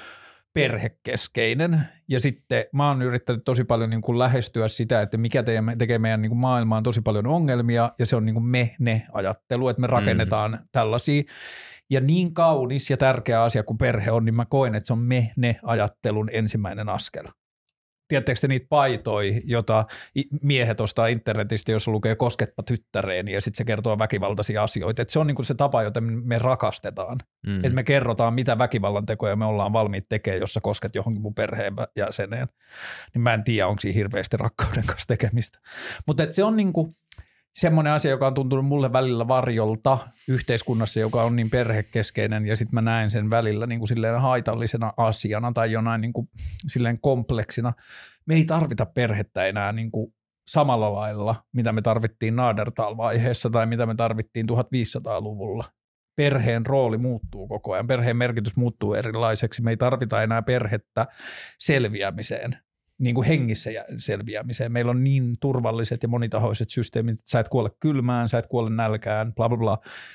perhekeskeinen ja sitten mä oon yrittänyt tosi paljon niin kuin lähestyä sitä, että mikä tekee meidän niin kuin maailmaan tosi paljon ongelmia ja se on niin kuin me-ne-ajattelu, että me rakennetaan tällaisia. Ja niin kaunis ja tärkeä asia kuin perhe on, niin mä koen, että se on me-ne-ajattelun ensimmäinen askel. Tiedättekö te niitä paitoja, jota miehet ostaa internetistä, jossa lukee kosketpa tyttäreeni ja sitten se kertoo väkivaltaisia asioita. Että se on niin kuin se tapa, jota me rakastetaan. Että me kerrotaan, mitä väkivallan tekoja me ollaan valmiit tekemään, jos sä kosket johonkin mun perheen jäseneen. Niin mä en tiedä, onko siinä hirveästi rakkauden kanssa tekemistä. Mutta se on niin kuin semmoinen asia, joka on tuntunut mulle välillä varjolta yhteiskunnassa, joka on niin perhekeskeinen ja sitten mä näen sen välillä niin kuin silleen haitallisena asiana tai jonain niin kuin silleen kompleksina. Me ei tarvita perhettä enää niin kuin samalla lailla, mitä me tarvittiin Neandertal-vaiheessa tai mitä me tarvittiin 1500-luvulla. Perheen rooli muuttuu koko ajan, perheen merkitys muuttuu erilaiseksi. Me ei tarvita enää perhettä selviämiseen. Niin kuin hengissä selviämiseen. Meillä on niin turvalliset ja monitahoiset systeemit, että sä et kuole kylmään, sä et kuole nälkään, bla bla bla.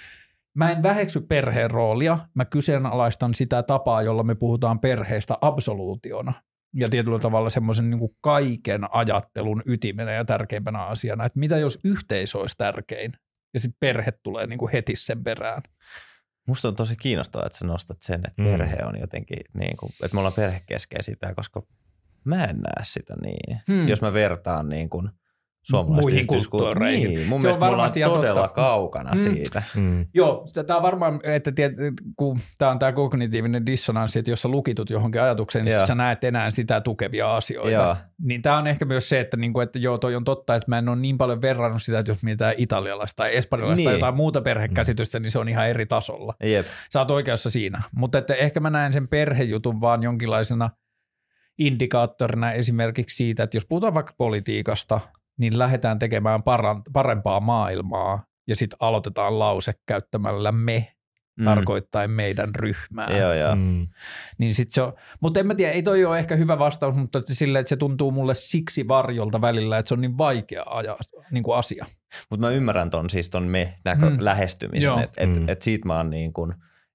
Mä en väheksy perheen roolia, mä kyseenalaistan sitä tapaa, jolla me puhutaan perheestä absoluutiona ja tietyllä tavalla semmoisen niin kuin kaiken ajattelun ytimenä ja tärkeimpänä asiana, että mitä jos yhteisö olisi tärkein ja sitten perhe tulee niin kuin heti sen perään. Musta on tosi kiinnostavaa, että sä nostat sen, että perhe on jotenkin, niin kuin, että me ollaan perhekeskeisiä, koska mä en näe sitä niin. Jos mä vertaan niin kuin suomalaisten kulttuureihin. Niin, mun mielestä me ollaan todella kaukana siitä. Joo, tämä on varmaan, että kun tämä on tämä kognitiivinen dissonanssi, että jos sä lukitut johonkin ajatukseen, niin sä näet enää sitä tukevia asioita. Joo. Niin tämä on ehkä myös se, että joo, toi on totta, että mä en ole niin paljon verrannut sitä, että jos mietitään italialaista tai espanjalaista tai jotain muuta perhekäsitystä, niin se on ihan eri tasolla. Jep. Sä oot oikeassa siinä. Mutta että ehkä mä näen sen perhejutun vaan jonkinlaisena indikaattorina esimerkiksi siitä, että jos puhutaan vaikka politiikasta, niin lähdetään tekemään parempaa maailmaa ja sitten aloitetaan lause käyttämällä me, tarkoittaen meidän ryhmää. Joo. Niin sit se on, mutta en mä tiedä, ei toi ole ehkä hyvä vastaus, mutta silleen, että se tuntuu mulle siksi varjolta välillä, että se on niin vaikea niin kuin asia. Mutta mä ymmärrän ton lähestymisen, että siitä mä oon niin kuin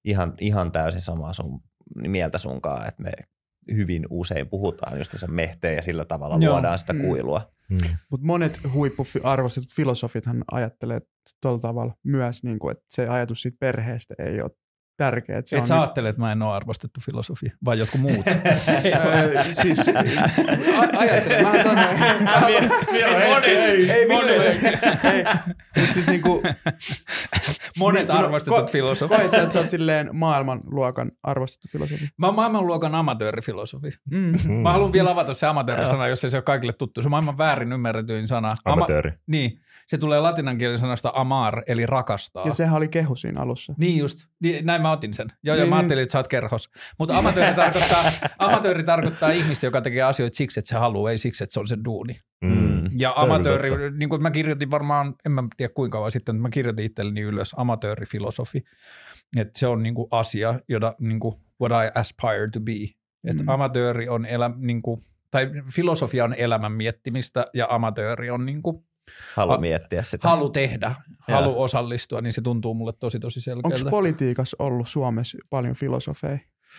ihan täysin samaa mieltä sunkaan, että me hyvin usein puhutaan just tässä mehteen ja sillä tavalla luodaan sitä kuilua. Mutta monet huippuarvostetut filosofithan ajattelee tuolla tavalla myös, niin kuin, että se ajatus siitä perheestä ei ole tärkeä. Et sä ajattelet, että mä en ole arvostettu filosofia, vai jotkut muut? Siis ajattelen, mähän sanoin. Siis niinku monet arvostetut filosofit. Koet sä, että sä oot silleen maailmanluokan arvostettu filosofi? Mä oon maailmanluokan amatöörifilosofi. Mä haluan vielä avata se amatöörisana, jos ei se ole kaikille tuttu. Se on maailman väärin ymmärretyin sana. Amatööri. Niin. Se tulee latinankielen sanasta amar, eli rakastaa. Ja sehän oli kehu siinä alussa. Niin just. Näin mä otin sen. Joo, mä ajattelin, että sä oot kerhos. Mutta amatööri tarkoittaa ihmistä, joka tekee asioita siksi, että se haluaa, ei siksi, että se on sen duuni. Ja amatööri, niin kuin mä kirjoitin varmaan, en mä tiedä kuinka kauan sitten, mutta mä kirjoitin itselleni ylös amatöörifilosofi. Että se on niin kuin asia, jota niin kuin what I aspire to be. Että amatööri on tai filosofia on elämän miettimistä ja amatööri on niin kuin halu miettiä sitä. Halu tehdä, halu osallistua, niin se tuntuu mulle tosi selkeältä. Onko politiikassa ollut Suomessa paljon filosofeja?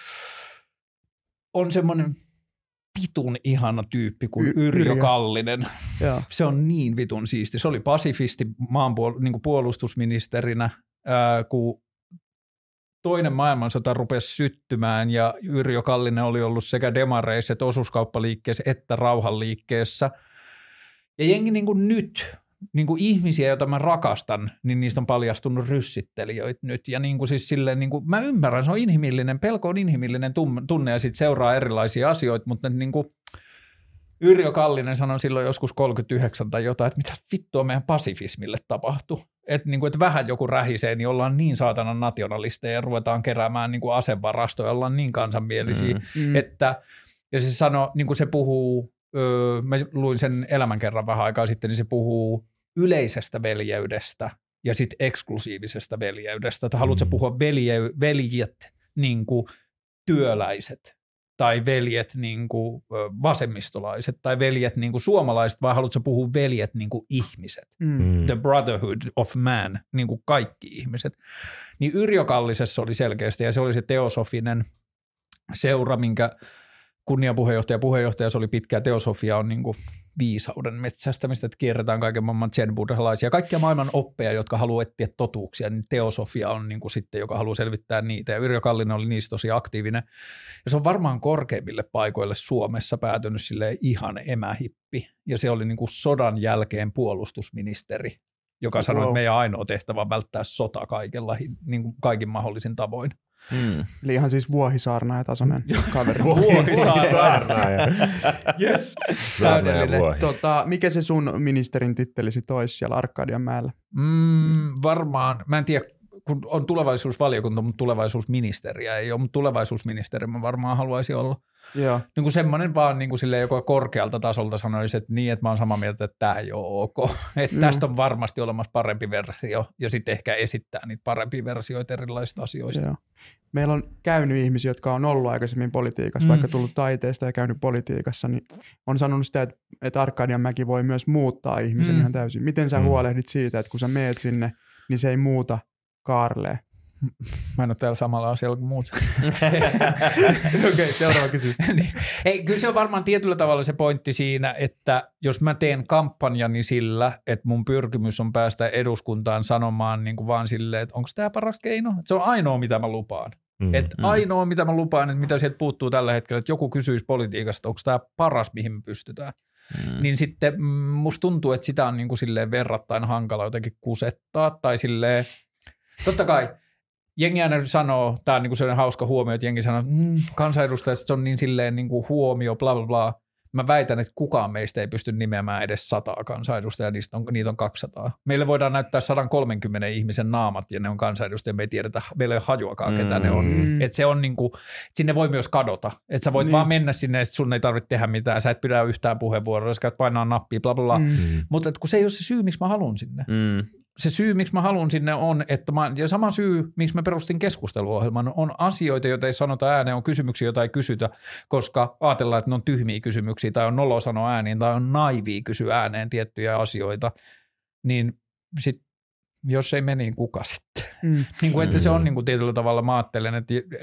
On semmoinen vitun ihana tyyppi kuin Yrjö Kallinen. Se on niin vitun siisti. Se oli pasifisti niin puolustusministerinä, kun toinen maailmansota rupesi syttymään ja Yrjö Kallinen oli ollut sekä demareissa että osuuskauppaliikkeessä että rauhanliikkeessä. Ja jengi niin kuin nyt, niin kuin ihmisiä, joita mä rakastan, niin niistä on paljastunut ryssittelijöitä nyt. Ja niin kuin siis silleen, niin kuin, mä ymmärrän, se on inhimillinen, pelko on inhimillinen tunne ja sitten seuraa erilaisia asioita, mutta niin kuin Yrjö Kallinen sanoi silloin joskus 39 tai jotain, että mitä vittua meidän pasifismille tapahtui. Että niin kuin, että vähän joku rähisee, niin ollaan niin saatanan nationalisteja ja ruvetaan keräämään niin kuin asevarastoja, ollaan niin kansanmielisiä, että ja se sanoi, niin kuin se puhuu, mä luin sen elämänkerran vähän aikaa sitten, niin se puhuu yleisestä veljeydestä ja sitten eksklusiivisesta veljeydestä. Että haluatko puhua veljet niin kuin työläiset tai veljet niin kuin vasemmistolaiset tai veljet niin kuin suomalaiset, vai haluatko puhua veljet niin kuin ihmiset? The brotherhood of man, niin kuin kaikki ihmiset. Niin Yrjö Kallisessa oli selkeästi, ja se oli se teosofinen seura, minkä kunniapuheenjohtaja se oli pitkä. Teosofia on niin kuin viisauden metsästämistä, että kierretään kaiken maailman zen-buddhalaisia. Kaikkia maailman oppeja, jotka haluaa etsiä totuuksia, niin teosofia on niin kuin sitten, joka haluaa selvittää niitä. Ja Yrjö Kallinen oli niistä tosi aktiivinen. Ja se on varmaan korkeimmille paikoille Suomessa päätynyt silleen ihan emähippi. Ja se oli niin kuin sodan jälkeen puolustusministeri, joka sanoi, että meidän ainoa tehtävä on välttää sota kaikella, niin kuin kaikin mahdollisin tavoin. Eli ihan siis vuohisaarnaaja tasoinen kaveri. Vuohisaarnaaja. Yes. Täydellinen. Mikä se sun ministerin titteli sit olisi siellä Arkadianmäellä? Varmaan, mä en tiedä, kun on tulevaisuusvaliokunta, mutta tulevaisuusministeriä ei ole, mutta tulevaisuusministeri mä varmaan haluaisin olla. Joo. Niin kuin semmoinen vaan niin kuin silleen, joka korkealta tasolta sanoisi, että niin, että mä oon samaa mieltä, että tämä ei ole ok. Että tästä on varmasti olemassa parempi versio ja sitten ehkä esittää niitä parempia versioita erilaisista asioista. Joo. Meillä on käynyt ihmisiä, jotka on ollut aikaisemmin politiikassa, vaikka tullut taiteesta ja käynyt politiikassa, niin on sanonut sitä, että Arkadianmäki voi myös muuttaa ihmisen ihan täysin. Miten sä huolehdit siitä, että kun sä meet sinne, niin se ei muuta Kaarleen? Mä en ole täällä samalla asialla kuin muut. Okei, seuraava kysymys. Ei, kyllä se on varmaan tietyllä tavalla se pointti siinä, että jos mä teen kampanjani sillä, että mun pyrkimys on päästä eduskuntaan sanomaan niin kuin vaan silleen, että onko tämä paras keino? Se on ainoa, mitä mä lupaan. Ainoa, mitä mä lupaan, että mitä sieltä puuttuu tällä hetkellä, että joku kysyisi politiikasta, onko tämä paras, mihin me pystytään. Niin sitten musta tuntuu, että sitä on niin kuin silleen verrattain hankala jotenkin kusettaa tai silleen, totta kai jengi aina sanoo, tämä on niin kuin sellainen hauska huomio, että jengi sanoo, että kansanedustajat se on niin silleen niin kuin huomio, bla bla bla. Mä väitän, että kukaan meistä ei pysty nimeämään edes 100 kansanedustajaa, niitä on 200. Meille voidaan näyttää 130 ihmisen naamat ja ne on kansanedustajia, me ei tiedetä, meillä ei ole hajuakaan, ketä ne on. Että se on niin kuin, sinne voi myös kadota. Että sä voit vaan mennä sinne ja sun ei tarvitse tehdä mitään, sä et pidä yhtään puheenvuoroa, sä käyt painaa nappia, bla bla bla. Mutta kun se ei ole se syy, miksi mä haluan sinne. Se syy, miksi mä haluan sinne on, että ja sama syy, miksi mä perustin keskusteluohjelman, on asioita, joita ei sanota ääneen, on kysymyksiä, joita ei kysytä, koska ajatellaan, että ne on tyhmiä kysymyksiä, tai on nolo sanoa ääniin, tai on naivia kysyä ääneen tiettyjä asioita, niin sit, jos ei mene, niin kuka sitten? Niin kuin, että se on niin kuin tietyllä tavalla, mä ajattelen,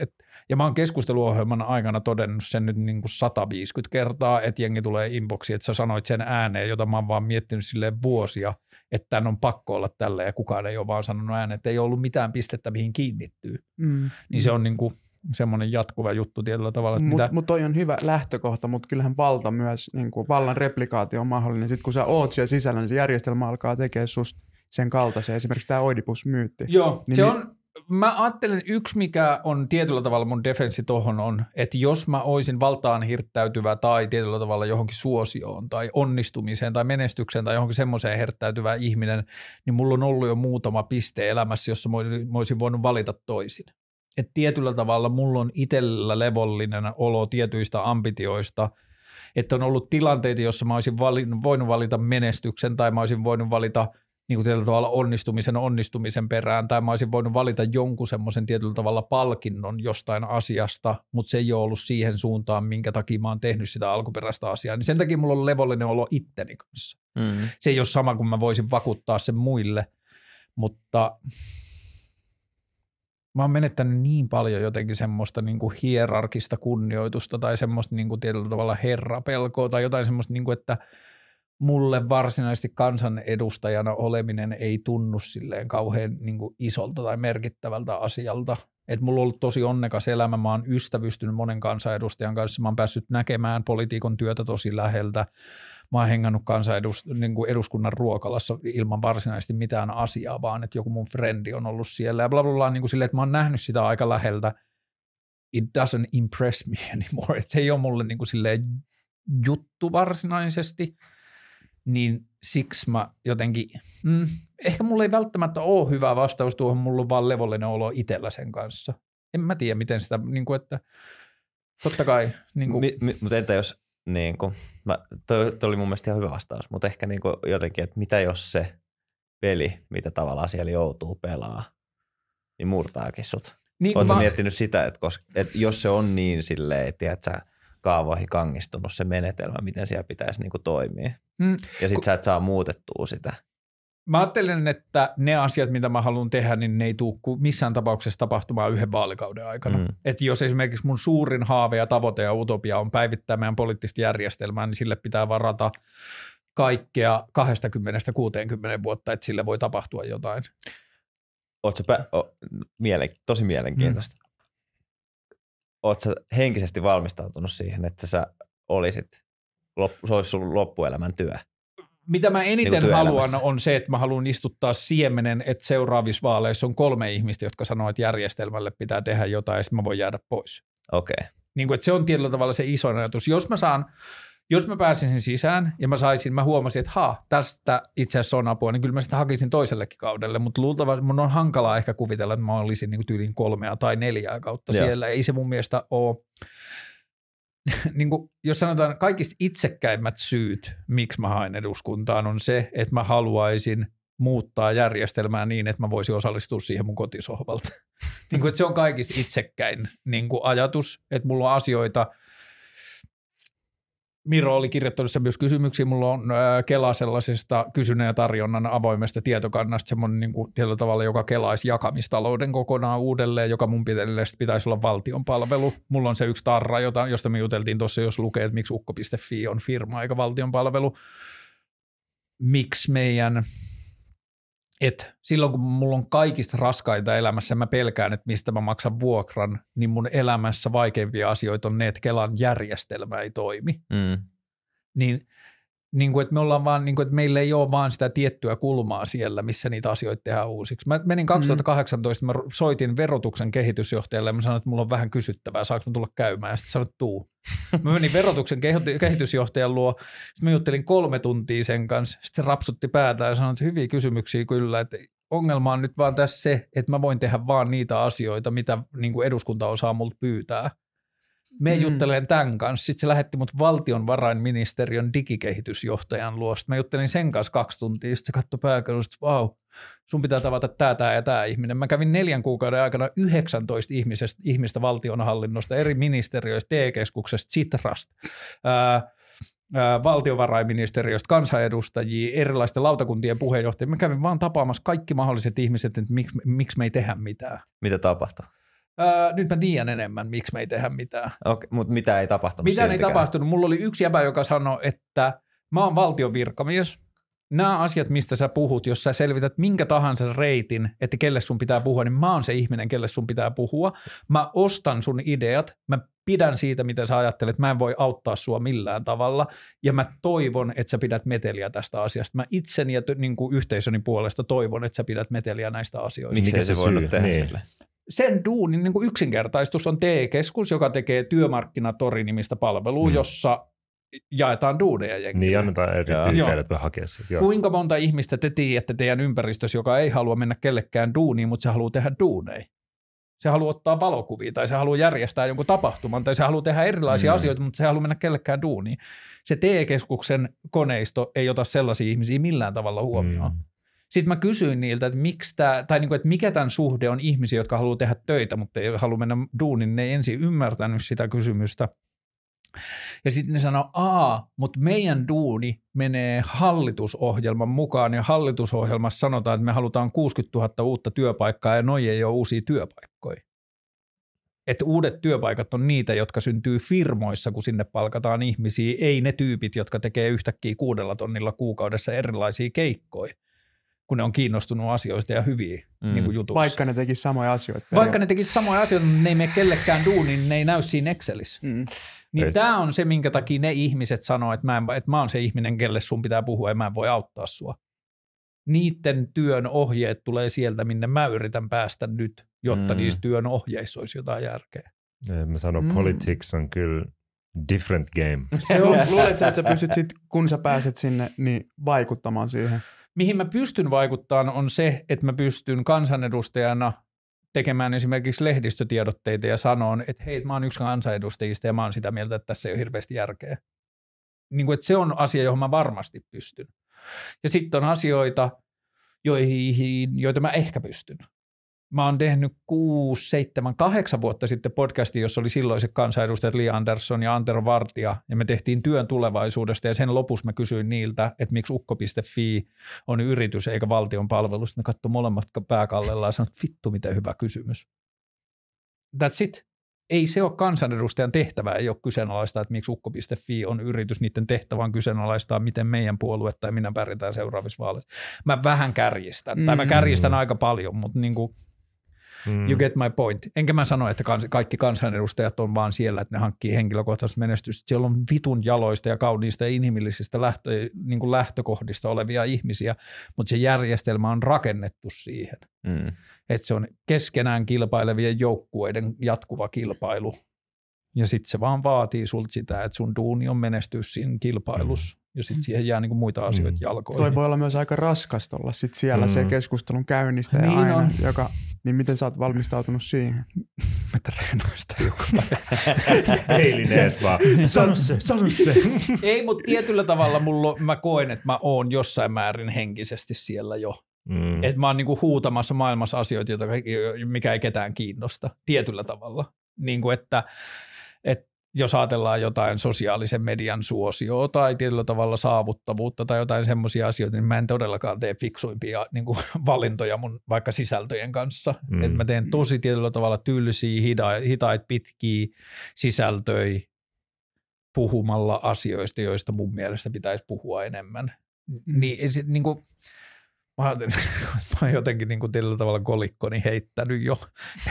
ja mä oon keskusteluohjelman aikana todennut sen nyt niin kuin 150 kertaa, että jengi tulee inboxiin, että sä sanoit sen ääneen, jota mä oon vaan miettinyt silleen vuosia, että tämän on pakko olla tällä ja kukaan ei ole vaan sanonut ääneen, että ei ollut mitään pistettä, mihin kiinnittyy. Niin se on niin kuin semmoinen jatkuva juttu tietyllä tavalla. Mutta toi on hyvä lähtökohta, mutta kyllähän valta myös, niin kuin vallan replikaatio on mahdollinen. Sitten kun sä oot siellä sisällä, niin se järjestelmä alkaa tekemään susta sen kaltaisen. Esimerkiksi tämä Oidipus-myytti. Joo, niin se on. Mä ajattelen yksi, mikä on tietyllä tavalla mun defenssi tohon on, että jos mä oisin valtaan hirttäytyvä tai tietyllä tavalla johonkin suosioon tai onnistumiseen tai menestykseen tai johonkin semmoiseen hirttäytyvä ihminen, niin mulla on ollut jo muutama piste elämässä, jossa mä olisin voinut valita toisin. Että tietyllä tavalla mulla on itsellä levollinen olo tietyistä ambitioista, että on ollut tilanteita, jossa mä olisin voinut valita menestyksen tai mä olisin voinut valita niin kuin tietyllä tavalla onnistumisen perään, tai mä olisin voinut valita jonkun semmoisen tietyllä tavalla palkinnon jostain asiasta, mutta se ei ole ollut siihen suuntaan, minkä takia mä oon tehnyt sitä alkuperäistä asiaa, niin sen takia mulla on levollinen olo itteni kanssa. Se ei ole sama kuin mä voisin vakuuttaa sen muille, mutta mä oon menettänyt niin paljon jotenkin semmoista niin kuin hierarkista kunnioitusta tai semmoista niin kuin tietyllä tavalla herrapelkoa tai jotain semmoista, niin kuin, että mulle varsinaisesti kansanedustajana oleminen ei tunnu silleen kauhean niin kuin isolta tai merkittävältä asialta. Et mulla on ollut tosi onnekas elämä, mä oon ystävystynyt monen kansanedustajan kanssa, mä oon päässyt näkemään poliitikon työtä tosi läheltä. Mä oon hengannut niin kuin eduskunnan ruokalassa ilman varsinaisesti mitään asiaa, vaan että joku mun frendi on ollut siellä ja blablabla, niin kuin silleen, että mä oon nähnyt sitä aika läheltä. It doesn't impress me anymore. Et se ei ole mulle niin kuin silleen juttu varsinaisesti. Niin siksi mä jotenkin, ehkä mulla ei välttämättä ole hyvä vastaus tuohon, mulla on vaan levollinen olo itsellä sen kanssa. En mä tiedä, miten sitä, niin kuin, että totta kai. Niin kuin. Mutta entä jos, niin kuin, toi oli mun mielestä ihan hyvä vastaus, mutta ehkä niin kuin jotenkin, että mitä jos se peli, mitä tavallaan siellä joutuu pelaa, niin murtaakin sut. Niin, oletko miettinyt sitä, että jos se on niin silleen, että kaavoihin kangistunut se menetelmä, miten siellä pitäisi niinku toimia. Ja sit sä et saa muutettua sitä. Mä ajattelen, että ne asiat, mitä mä haluan tehdä, niin ne ei tule missään tapauksessa tapahtumaan yhden vaalikauden aikana. Että jos esimerkiksi mun suurin haave ja tavoite ja utopia on päivittää meidän poliittista järjestelmää, niin sille pitää varata kaikkea 20-60 vuotta, että sille voi tapahtua jotain. Tosi mielenkiintoista. Oletko sä henkisesti valmistautunut siihen, että sä olisit, se olisi sun loppuelämän työ? Mitä mä eniten haluan on se, että mä haluan istuttaa siemenen, että seuraavissa vaaleissa on 3 ihmistä, jotka sanoo, että järjestelmälle pitää tehdä jotain ja sitten mä voin jäädä pois. Okei. Niin kuin, että se on tietyllä tavalla se iso ajatus. Jos mä pääsisin sisään ja mä huomasin, että tästä itse asiassa on apua, niin kyllä mä sitä hakisin toisellekin kaudelle, mutta luultavasti mun on hankalaa ehkä kuvitella, että mä olisin niin kuin tyyliin 3 tai 4 kautta siellä. Ei se mun mielestä ole, niin kuin, jos sanotaan kaikista itsekkäimmät syyt, miksi mä haen eduskuntaan, on se, että mä haluaisin muuttaa järjestelmää niin, että mä voisin osallistua siihen mun kotisohvalta. Niin kuin, että se on kaikista itsekkäin niin kuin ajatus, että mulla on asioita. Miro oli kirjoittanut myös kysymyksiä. Mulla on Kela sellaisesta kysynnän ja tarjonnan avoimesta tietokannasta semmoinen niin kuin tietyllä tavalla, joka kelaisi jakamistalouden kokonaan uudelleen, joka mun pitäisi olla valtion palvelu. Mulla on se yksi tarra, josta me juteltiin tuossa, jos lukee, että miksi ukko.fi on firma eikä valtion palvelu. Miksi että silloin kun mulla on kaikista raskaita elämässä, mä pelkään, että mistä mä maksan vuokran, niin mun elämässä vaikeimpia asioita on ne, että Kelan järjestelmä ei toimi. Niin kuin, että me ollaan vaan, niin kuin, että meillä ei ole vaan sitä tiettyä kulmaa siellä, missä niitä asioita tehdään uusiksi. Mä menin 2018, mä soitin verotuksen kehitysjohtajalle ja mä sanoin, että mulla on vähän kysyttävää, saanko mä tulla käymään? Ja sitten sanoin, että tuu. Mä menin verotuksen kehitysjohtajan luo, sitten mä juttelin 3 tuntia sen kanssa, sitten rapsutti päätään ja sanoi, että hyviä kysymyksiä kyllä, että ongelma on nyt vaan tässä se, että mä voin tehdä vaan niitä asioita, mitä niin kuin eduskunta osaa multa pyytää. Me juttelen tämän kanssa. Sitten se lähetti mut valtionvarainministeriön digikehitysjohtajan luo. Sitten mä juttelin sen kanssa 2 tuntia. Sitten se katsoi pääkallosta, että vau, sun pitää tavata tää ja tää ihminen. Mä kävin 4 kuukauden aikana 19 ihmistä valtionhallinnosta, eri ministeriöistä, TE-keskuksesta, Sitrasta, valtiovarainministeriöstä, kansanedustajia, erilaisten lautakuntien puheenjohtajia. Mä kävin vaan tapaamassa kaikki mahdolliset ihmiset, että miksi me ei tehdä mitään. Mitä tapahtui? Nyt mä tiedän enemmän, miksi me ei tehdä mitään. Okei, mutta mitä ei tapahtunut? Mitään ei tapahtunut. Mulla oli yksi jäbä, joka sanoi, että mä oon valtion virkamies. Nämä asiat, mistä sä puhut, jos sä selvität minkä tahansa reitin, että kelle sun pitää puhua, niin mä oon se ihminen, kelle sun pitää puhua. Mä ostan sun ideat, mä pidän siitä, mitä sä ajattelet, mä en voi auttaa sua millään tavalla, ja mä toivon, että sä pidät meteliä tästä asiasta. Mä itseni ja niin kuin yhteisöni puolesta toivon, että sä pidät meteliä näistä asioista. Miksi se voinut tehdä sille? Sen duunin niin kuin yksinkertaistus on TE-keskus, joka tekee Työmarkkinatori-nimistä palvelua, jossa jaetaan duuneja jengille. Niin, annetaan eri tyyppeille voi hakea se. Kuinka monta ihmistä te tiedätte teidän ympäristössä, joka ei halua mennä kellekään duuniin, mutta se haluaa tehdä duuneja? Se haluaa ottaa valokuvia, tai se haluaa järjestää jonkun tapahtuman, tai se haluaa tehdä erilaisia asioita, mutta se haluaa mennä kellekään duuniin. Se TE-keskuksen koneisto ei ota sellaisia ihmisiä millään tavalla huomioon. Sitten mä kysyin niiltä, että miksi että mikä tämän suhde on ihmisiä, jotka haluaa tehdä töitä, mutta ei halua mennä duuniin. Ne ei ensin ymmärtänyt sitä kysymystä. Ja sitten ne sanoi, mutta meidän duuni menee hallitusohjelman mukaan, ja hallitusohjelmassa sanotaan, että me halutaan 60 000 uutta työpaikkaa, ja noi ei ole uusia työpaikkoja. Että uudet työpaikat on niitä, jotka syntyy firmoissa, kun sinne palkataan ihmisiä, ei ne tyypit, jotka tekee yhtäkkiä 6 000 kuukaudessa erilaisia keikkoja, kun ne on kiinnostunut asioista ja hyviä niin kuin jutuissa. Vaikka ne tekis samoja asioita. Vaikka ne tekis samoja asioita, mutta ne ei mene kellekään duuniin, ne ei näy siinä Excelissä. Niin tämä on se, minkä takia ne ihmiset sanoo, että mä oon se ihminen, kelle sun pitää puhua ja mä en voi auttaa sua. Niiden työn ohjeet tulee sieltä, minne mä yritän päästä nyt, jotta niissä työn ohjeissa olisi jotain järkeä. Mä sanon, politics on kyllä different game. Luuletko, että sä pystyt sit, kun sä pääset sinne, niin vaikuttamaan siihen? Mihin mä pystyn vaikuttamaan on se, että mä pystyn kansanedustajana tekemään esimerkiksi lehdistötiedotteita ja sanoon, että hei, mä oon yksi kansanedustajista ja mä oon sitä mieltä, että tässä ei ole hirveästi järkeä. Niin kuin, että se on asia, johon mä varmasti pystyn. Ja sitten on asioita, joita mä ehkä pystyn. mä oon tehnyt 6, 7, 8 vuotta sitten podcastin, jossa oli silloiset kansanedustajat Li Andersson ja Antero Vartija, ja me tehtiin työn tulevaisuudesta, ja sen lopussa mä kysyin niiltä, että miksi ukko.fi on yritys eikä valtion palvelus. Ne katsoi molemmat pääkallella ja sanoi, vittu miten hyvä kysymys. That's it. Ei se ole kansanedustajan tehtävä, ei ole kyseenalaista, että miksi ukko.fi on yritys, niiden tehtävä on kyseenalaistaa, miten meidän puolue tai minä pärjätään seuraavissa vaaleissa. Mä vähän kärjistän, tai mä kärjistän aika paljon, mutta niin kuin, you get my point. Enkä mä sano, että kaikki kansanedustajat on vaan siellä, että ne hankkii henkilökohtaisesti menestystä. Siellä on vitun jaloista ja kauniista ja inhimillisistä niin kuin lähtökohdista olevia ihmisiä, mutta se järjestelmä on rakennettu siihen. Että se on keskenään kilpailevien joukkueiden jatkuva kilpailu. Ja sitten se vaan vaatii sulta sitä, että sun duuni on menestyä siinä kilpailussa. Ja sitten siihen jää niinku muita asioita jalkoihin. Toi voi olla myös aika raskasta olla sit siellä se keskustelun käynnistä niin ja aina, on. niin miten sä oot valmistautunut siihen? Mä treenaan sitä joka päivä. Eilinees vaan, sano se. Ei, mutta tietyllä tavalla mä koen, että mä oon jossain määrin henkisesti siellä jo. Että mä oon niinku huutamassa maailmassa asioita, mikä ei ketään kiinnosta. Tietyllä tavalla. Niinku että jos ajatellaan jotain sosiaalisen median suosioa tai tietyllä tavalla saavuttavuutta tai jotain semmoisia asioita, niin mä en todellakaan tee fiksuimpia niin kuin valintoja mun vaikka sisältöjen kanssa. Että mä teen tosi tietyllä tavalla tylsiä, hitaita, pitkiä sisältöjä puhumalla asioista, joista mun mielestä pitäisi puhua enemmän. Niin kuin mä oon jotenkin niin kuin tietyllä tavalla kolikkoni heittänyt jo.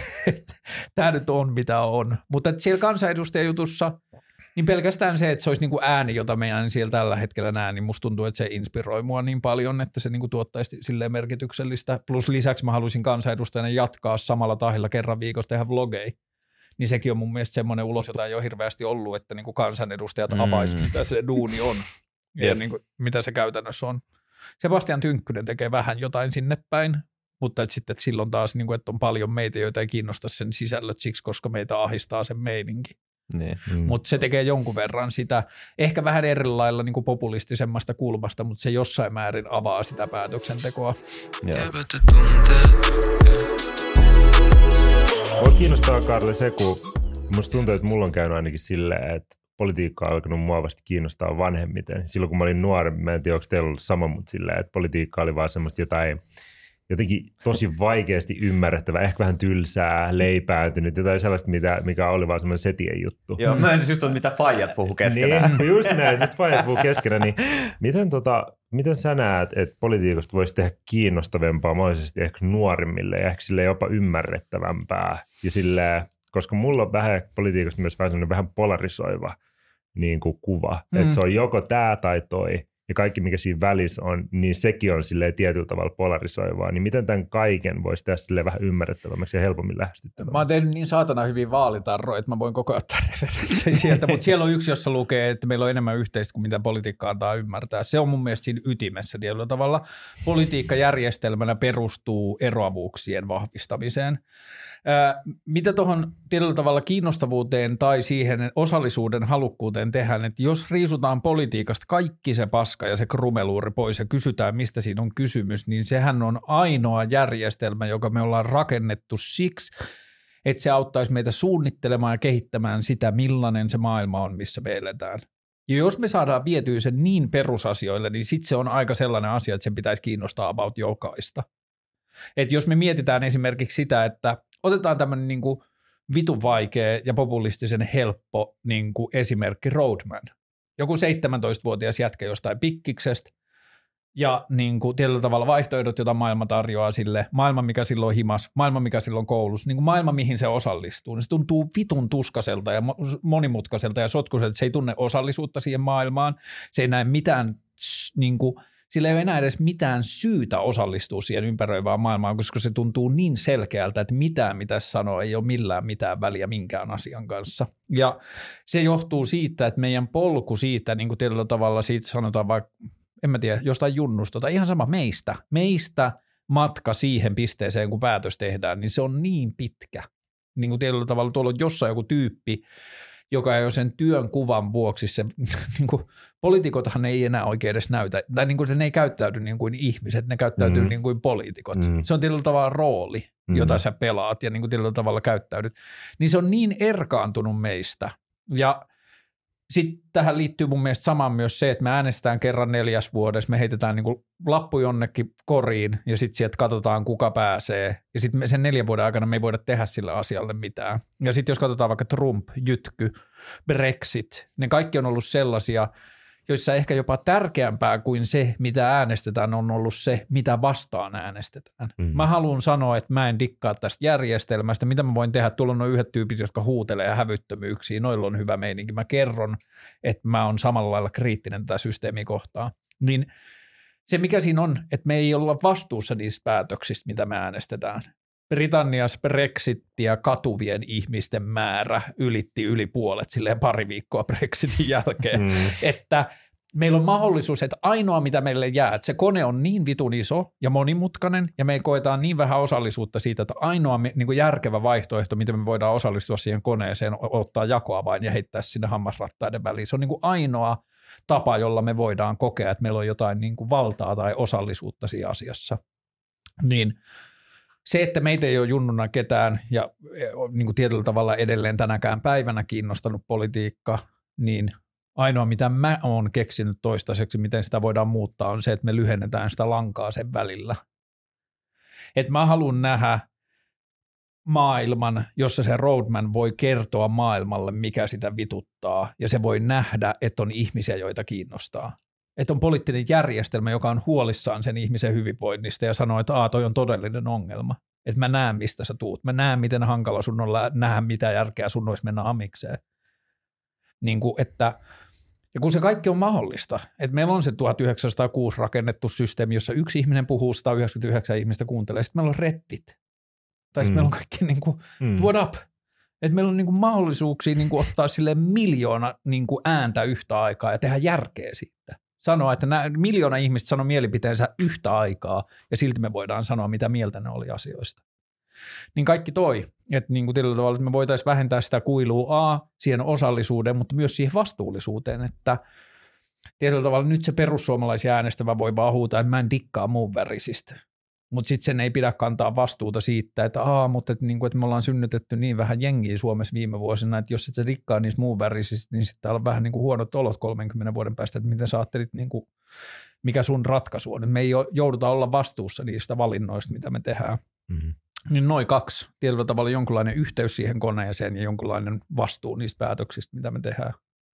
Tämä nyt on mitä on. Mutta siellä kansanedustajajutussa, niin pelkästään se, että se olisi niin kuin ääni, jota meidän siellä tällä hetkellä näen, niin musta tuntuu, että se inspiroi mua niin paljon, että se niin kuin tuottaisi silleen merkityksellistä. Plus lisäksi mä haluaisin kansanedustajana jatkaa samalla tahilla kerran viikossa tehdä vlogeja. Niin sekin on mun mielestä semmoinen ulos, jota ei ole hirveästi ollut, että niin kuin kansanedustajat avaisivat, mitä se duuni on ja niin kuin, mitä se käytännössä on. Sebastian Tynkkynen tekee vähän jotain sinne päin, mutta sitten että silloin taas, niin kuin, että on paljon meitä, joita ei kiinnosta sen sisällöt siksi, koska meitä ahdistaa sen meininki. Niin. Mutta se tekee jonkun verran sitä, ehkä vähän eri lailla niin kuin populistisemmasta kulmasta, mutta se jossain määrin avaa sitä päätöksentekoa. Voi kiinnostaa, Karle, se, kun musta tuntuu, että mulla on käynyt ainakin silleen, että politiikka on alkanut mua vasta kiinnostaa vanhemmiten. Silloin kun mä olin nuori, mä en tiedä, onko teillä ollut sama, mutta silleen, että politiikka oli vaan semmoista jotenkin tosi vaikeasti ymmärrettävää, ehkä vähän tylsää, leipääntynyt, jotain sellaista, mikä oli vaan semmoinen setien juttu. Joo, mä en just mitä faijat puhuu keskenään. Niin, just näin, mistä faijat puhuu keskenään. Niin miten sä näet, että politiikasta voisi tehdä kiinnostavempaa mahdollisesti ehkä nuorimmille ja ehkä silleen jopa ymmärrettävämpää ja silleen, koska mulla on vähän politiikasta myös vähän semmoinen vähän polarisoiva niin kuin kuva, että se on joko tämä tai toi, ja kaikki mikä siinä välissä on, niin sekin on silleen tietyllä tavalla polarisoivaa, niin miten tämän kaiken voisi tehdä silleen vähän ymmärrettävämmäksi ja helpommin lähestyttävämmäksi? Mä oon tehnyt niin saatana hyvin vaalitarroja, että mä voin koko ajan ottaa referenssejä sieltä, mutta siellä on yksi, jossa lukee, että meillä on enemmän yhteistä kuin mitä politiikka antaa ymmärtää. Se on mun mielestä siinä ytimessä tietyllä tavalla. Politiikkajärjestelmänä perustuu eroavuuksien vahvistamiseen. Mitä tuohon tietyllä tavalla kiinnostavuuteen tai siihen osallisuuden halukkuuteen tehdään, että jos riisutaan politiikasta kaikki se paska ja se krumeluuri pois ja kysytään, mistä siinä on kysymys, niin sehän on ainoa järjestelmä, joka me ollaan rakennettu siksi, että se auttaisi meitä suunnittelemaan ja kehittämään sitä, millainen se maailma on, missä me eletään. Ja jos me saadaan vietyä sen niin perusasioille, niin sitten se on aika sellainen asia, että sen pitäisi kiinnostaa about jokaista. Että jos me mietitään esimerkiksi sitä, että otetaan tämmöinen niin kuin vitun vaikea ja populistisen helppo niin kuin esimerkki Roadman. Joku 17-vuotias jätkä jostain pikkiksestä ja niin kuin tietyllä tavalla vaihtoehdot, joita maailma tarjoaa sille, maailma mikä silloin himas, maailma mikä silloin koulussa, niin kuin maailma mihin se osallistuu. Niin se tuntuu vitun tuskaselta ja monimutkaiselta ja sotkuiselta, että se ei tunne osallisuutta siihen maailmaan, se ei näe mitään niin kuin, sillä ei ole enää edes mitään syytä osallistua siihen ympäröivään maailmaan, koska se tuntuu niin selkeältä, että mitä sanoo, ei ole millään mitään väliä minkään asian kanssa. Ja se johtuu siitä, että meidän polku siitä, niin kuin tietyllä tavalla siitä sanotaan vaikka, en mä tiedä, jostain junnusta tai ihan sama meistä matka siihen pisteeseen, kun päätös tehdään, niin se on niin pitkä. Niin kuin tietyllä tavalla tuolla on jossain joku tyyppi, joka ei ole sen työn kuvan vuoksi se, niin kuin, poliitikothan ei enää oikein edes näytä, tai niin kuin, ne ei käyttäydy niin kuin ihmiset, ne käyttäytyy niin kuin poliitikot. Se on tietyllä tavalla rooli, jota sä pelaat ja niin kuin tietyllä tavalla käyttäydyt. Niin se on niin erkaantunut meistä. Ja sitten tähän liittyy mun mielestä samaan myös se, että me äänestetään kerran 4 vuodessa, me heitetään niin kuin lappu jonnekin koriin ja sitten sieltä katsotaan kuka pääsee ja sitten sen 4 vuoden aikana me ei voida tehdä sille asialle mitään. Ja sitten jos katsotaan vaikka Trump, jytky, Brexit, ne kaikki on ollut sellaisia, joissa ehkä jopa tärkeämpää kuin se, mitä äänestetään, on ollut se, mitä vastaan äänestetään. Mä haluan sanoa, että mä en dikkaa tästä järjestelmästä. Mitä mä voin tehdä? Tuolla on noin yhdet tyypit, jotka huutelee hävyttömyyksiä. Noilla on hyvä meininki. Mä kerron, että mä oon samalla lailla kriittinen tätä systeemiä kohtaan. Niin se, mikä siinä on, että me ei olla vastuussa niistä päätöksistä, mitä me äänestetään. Britanniassa Brexitia katuvien ihmisten määrä ylitti yli puolet silleen pari viikkoa Brexitin jälkeen, että meillä on mahdollisuus, että ainoa mitä meille jää, että se kone on niin vitun iso ja monimutkainen ja me koetaan niin vähän osallisuutta siitä, että ainoa niin kuin järkevä vaihtoehto, miten me voidaan osallistua siihen koneeseen, ottaa jakoa vain ja heittää sinne hammasrattaiden väliin. Se on niin kuin ainoa tapa, jolla me voidaan kokea, että meillä on jotain niin kuin valtaa tai osallisuutta siinä asiassa. Niin se, että meitä ei ole junnuna ketään ja niin kuin tietyllä tavalla edelleen tänäkään päivänä kiinnostanut politiikka, niin ainoa mitä mä oon keksinyt toistaiseksi, miten sitä voidaan muuttaa, on se, että me lyhennetään sitä lankaa sen välillä. Että mä haluan nähdä maailman, jossa se roadman voi kertoa maailmalle, mikä sitä vituttaa, ja se voi nähdä, että on ihmisiä, joita kiinnostaa. Että on poliittinen järjestelmä, joka on huolissaan sen ihmisen hyvinvoinnista ja sanoo, että toi on todellinen ongelma. Että mä näen, mistä sä tuut. Mä näen, miten hankala sun on nähdä, mitä järkeä sun olisi mennä amikseen. Niin kuin, että, ja kun se kaikki on mahdollista, että meillä on se 1906 rakennettu systeemi, jossa yksi ihminen puhuu, 199 ihmistä kuuntelee, sitten meillä on Reddit. Tai sitten meillä on kaikki niin kuin, what up? Että meillä on niin kuin mahdollisuuksia niin kuin ottaa silleen 1 miljoona niin kuin ääntä yhtä aikaa ja tehdä järkeä siitä. Sanoa, että 1 miljoona ihmistä sanoo mielipiteensä yhtä aikaa ja silti me voidaan sanoa, mitä mieltä ne oli asioista. Niin kaikki toi, että niin kuin tietyllä tavalla, että me voitaisiin vähentää sitä kuilua siihen osallisuuteen, mutta myös siihen vastuullisuuteen, että tietyllä tavalla nyt se perussuomalaisia äänestävä voi vaan huutaa, että mä en dikkaa muun värisistä. Mutta sitten sen ei pidä kantaa vastuuta siitä, että mutta niin kuin, että me ollaan synnytetty niin vähän jengiä Suomessa viime vuosina, että jos et sä dikkaa niistä muun värisistä, niin sitten täällä on vähän niin kuin huonot olot 30 vuoden päästä, että miten sä ajattelit, niin kuin, mikä sun ratkaisu on. Me ei jouduta olla vastuussa niistä valinnoista, mitä me tehdään. Niin noin 2. Tietyllä tavalla jonkunlainen yhteys siihen koneeseen ja jonkunlainen vastuu niistä päätöksistä, mitä me tehdään.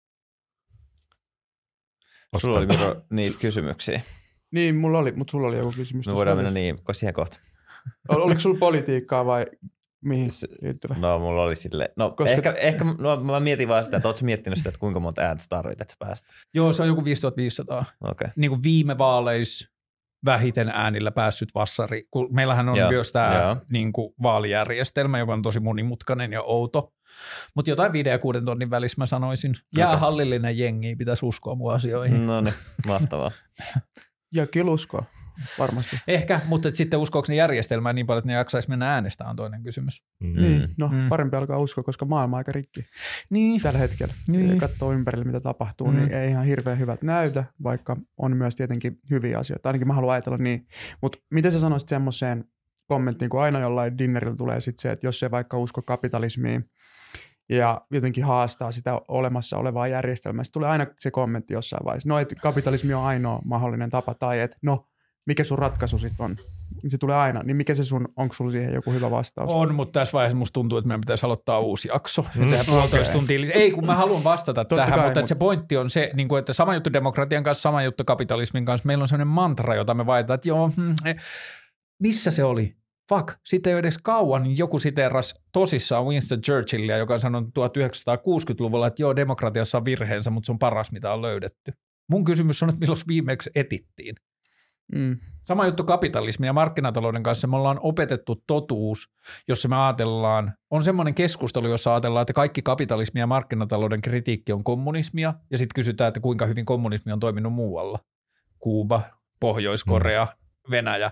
Sulla oli Miro niitä kysymyksiä. Niin, mulla oli, mutta sulla oli joku kysymys. Me voidaan mennä siihen kohtaan. Oliko sulla politiikkaa vai mihin liittyvä? No, mulla oli silleen. No, ehkä mä mietin vaan sitä, että ootko miettinyt sitä, että kuinka monta ääntä tarvitset, että sä pääset? Joo, se on joku 5500. Okay. Niin kuin viime vaaleissa vähiten äänillä päässyt vassari. Kun meillähän on myös tämä niin kuin vaalijärjestelmä, joka on tosi monimutkainen ja outo. Mutta jotain 5 ja 6 tonnin välissä mä sanoisin. Jäähallillinen jengi, pitäisi uskoa mun asioihin. No niin, mahtavaa. Ja kyllä uskoa, varmasti. Ehkä, mutta sitten uskoako ne järjestelmään niin paljon, että ne jaksaisi mennä äänestämään on toinen kysymys. Niin, parempi alkaa uskoa, koska maailma on aika rikki tällä hetkellä. Niin. Katsoo ympärille, mitä tapahtuu, niin ei ihan hirveän hyvältä näytä, vaikka on myös tietenkin hyviä asioita. Ainakin mä haluan ajatella niin. Mutta miten sä sanoisit semmoiseen kommenttiin, kun aina jollain dinnerillä tulee sitten se, että jos se vaikka usko kapitalismiin, ja jotenkin haastaa sitä olemassa olevaa järjestelmää. Sitten tulee aina se kommentti jossain vaiheessa, no että kapitalismi on ainoa mahdollinen tapa, tai että no, mikä sun ratkaisu sitten on? Se tulee aina, niin mikä se onko sulla siihen joku hyvä vastaus? On, mutta tässä vaiheessa musta tuntuu, että meidän pitäisi aloittaa uusi jakso. Ja tehdä 1,5 tuntia. Ei, kun mä haluan vastata tähän, mutta se pointti on se, että sama juttu demokratian kanssa, sama juttu kapitalismin kanssa. Meillä on sellainen mantra, jota me vaihdetaan, että missä se oli? Fuck, sitten ei ole edes kauan, niin joku siteerasi tosissaan Winston Churchillia, joka on sanonut 1960-luvulla, että joo, demokratiassa on virheensä, mutta se on paras, mitä on löydetty. Mun kysymys on, että milloin viimeksi etittiin. Sama juttu kapitalismin ja markkinatalouden kanssa. Me ollaan opetettu totuus, jossa me ajatellaan, on semmoinen keskustelu, jossa ajatellaan, että kaikki kapitalismi ja markkinatalouden kritiikki on kommunismia, ja sitten kysytään, että kuinka hyvin kommunismi on toiminut muualla. Kuuba, Pohjois-Korea, Venäjä.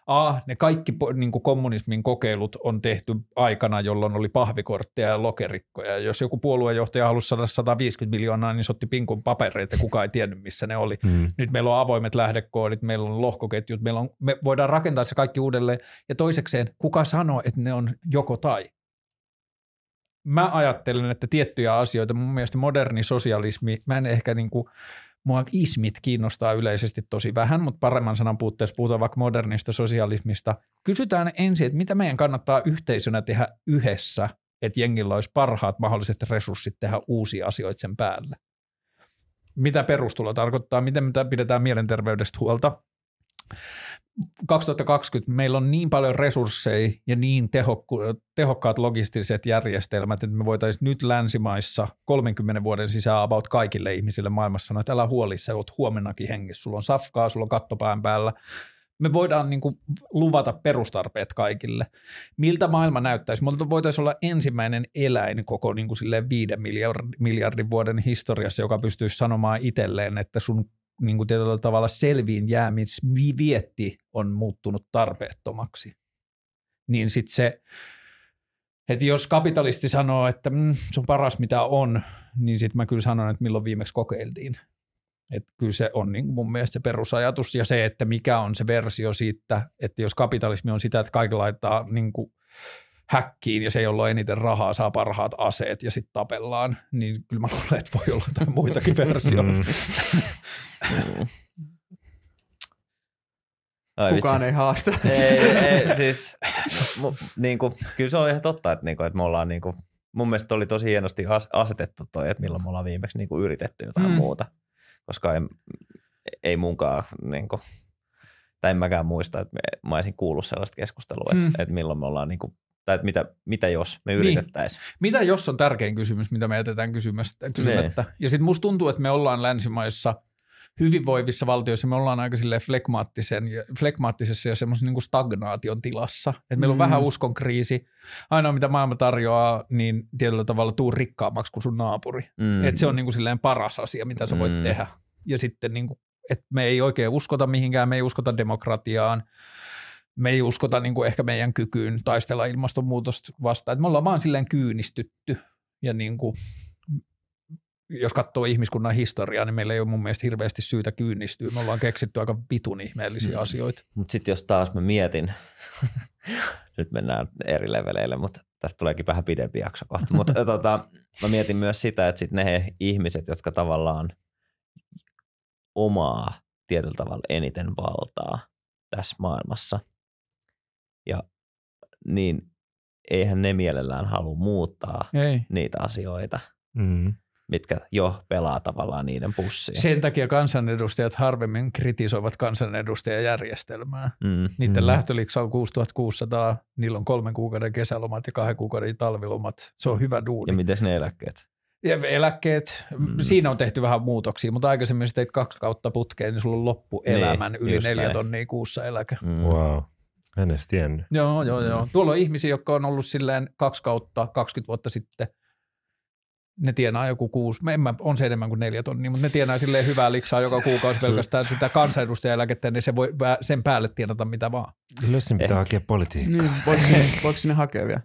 Ne kaikki niin kuin kommunismin kokeilut on tehty aikana, jolloin oli pahvikortteja ja lokerikkoja. Jos joku puoluejohtaja halusi saada 150 miljoonaa, niin se otti pinkun papereita ja kukaan ei tiennyt, missä ne oli. Nyt meillä on avoimet lähdekoodit, meillä on lohkoketjut, me voidaan rakentaa se kaikki uudelleen. Ja toisekseen, kuka sanoo, että ne on joko tai? Mä ajattelen, että tiettyjä asioita, mun mielestä moderni sosialismi, mä en ehkä niin kuin, mua ismit kiinnostaa yleisesti tosi vähän, mutta paremman sanan puutteessa puhutaan vaikka modernista sosialismista. Kysytään ensin, että mitä meidän kannattaa yhteisönä tehdä yhdessä, että jengillä olisi parhaat mahdolliset resurssit tehdä uusia asioita sen päälle. Mitä perustulo tarkoittaa, miten me pidetään mielenterveydestä huolta. 2020 meillä on niin paljon resursseja ja niin tehokkaat logistiset järjestelmät, että me voitaisiin nyt länsimaissa 30 vuoden sisään about kaikille ihmisille maailmassa sanoa, että älä huoli, sä oot huomennakin hengissä, sulla on safkaa, sulla on kattopään päällä. Me voidaan niin kuin luvata perustarpeet kaikille. Miltä maailma näyttäisi? Me voitaisiin olla ensimmäinen eläin koko niin kuin 5 miljardin vuoden historiassa, joka pystyisi sanomaan itselleen, että sun niin kuin tietyllä tavalla selviin jäämisvietti on muuttunut tarpeettomaksi. Niin sitten se, että jos kapitalisti sanoo, että se on paras mitä on, niin sitten mä kyllä sanon, että milloin viimeksi kokeiltiin. Että kyllä se on niin kuin mun mielestä se perusajatus ja se, että mikä on se versio siitä, että jos kapitalismi on sitä, että kaikki laittaa niin kuin häkkiin ja se, jolla on eniten rahaa, saa parhaat aseet ja sitten tapellaan, niin kyllä mä luulen, että voi olla jotain muitakin versioita. Kukaan ei haasta. Ei, siis niin kuin, kyllä se on ihan totta, että, että me ollaan, niin kuin, mun mielestä oli tosi hienosti asetettu toi, että milloin me ollaan viimeksi niin kuin yritetty jotain muuta, koska ei munkaan, niin kuin, tai en mäkään muista, että mä olisin kuullut sellaista keskustelua, että milloin me ollaan, niin kuin, tai että mitä jos me yritettäisiin. Niin. Mitä jos on tärkein kysymys, mitä me jätetään kysymättä. Ja sitten musta tuntuu, että me ollaan länsimaissa hyvinvoivissa valtioissa, me ollaan aika flekmaattisessa ja semmoisen niin kuin stagnaation tilassa. Et meillä on vähän uskon kriisi. Ainoa mitä maailma tarjoaa, niin tietyllä tavalla tuu rikkaammaksi kuin sun naapuri. Et se on niin kuin silleen paras asia, mitä sä voit tehdä. Ja sitten niin kuin, että me ei oikein uskota mihinkään, me ei uskota demokratiaan. Me ei uskota niin kuin ehkä meidän kykyyn taistella ilmastonmuutosta vastaan. Et me ollaan vaan silleen kyynistytty ja niin kuin, jos katsoo ihmiskunnan historiaa, niin meillä ei ole mun mielestä hirveästi syytä kyynistyä. Me ollaan keksitty aika vitun ihmeellisiä asioita. Mutta sitten jos taas mä mietin, nyt mennään eri leveleille, mutta tästä tuleekin vähän pidempi jakso kohta. Mutta mä mietin myös sitä, että sitten ne ihmiset, jotka tavallaan omaa tietyllä tavalla eniten valtaa tässä maailmassa, ja niin eihän ne mielellään halua muuttaa niitä asioita, mitkä jo pelaa tavallaan niiden pussiin. Sen takia kansanedustajat harvemmin kritisoivat kansanedustajajärjestelmää. Niiden lähtöliksa on 6600, niillä on 3 kuukauden kesälomat ja 2 kuukauden talvilomat. Se on hyvä duuni. Ja miten ne eläkkeet? Ja eläkkeet, siinä on tehty vähän muutoksia, mutta aikaisemmin jos teit 2 kautta putkeen, niin sulla on loppuelämän yli 4 tonnia kuussa eläke. Wow. En edes tiennyt. Joo. Tuolla on ihmisiä, jotka on ollut silleen 2 kautta 20 vuotta sitten. Ne tienaa joku 6, on se enemmän kuin 4 tonnia, mutta ne tienaa silleen hyvää liksaa joka kuukausi pelkästään sitä kansanedustajaeläkettä, niin se voi sen päälle tienata mitä vaan. Lössin pitää hakea politiikkaa. Niin, voiko sinne hakea vielä?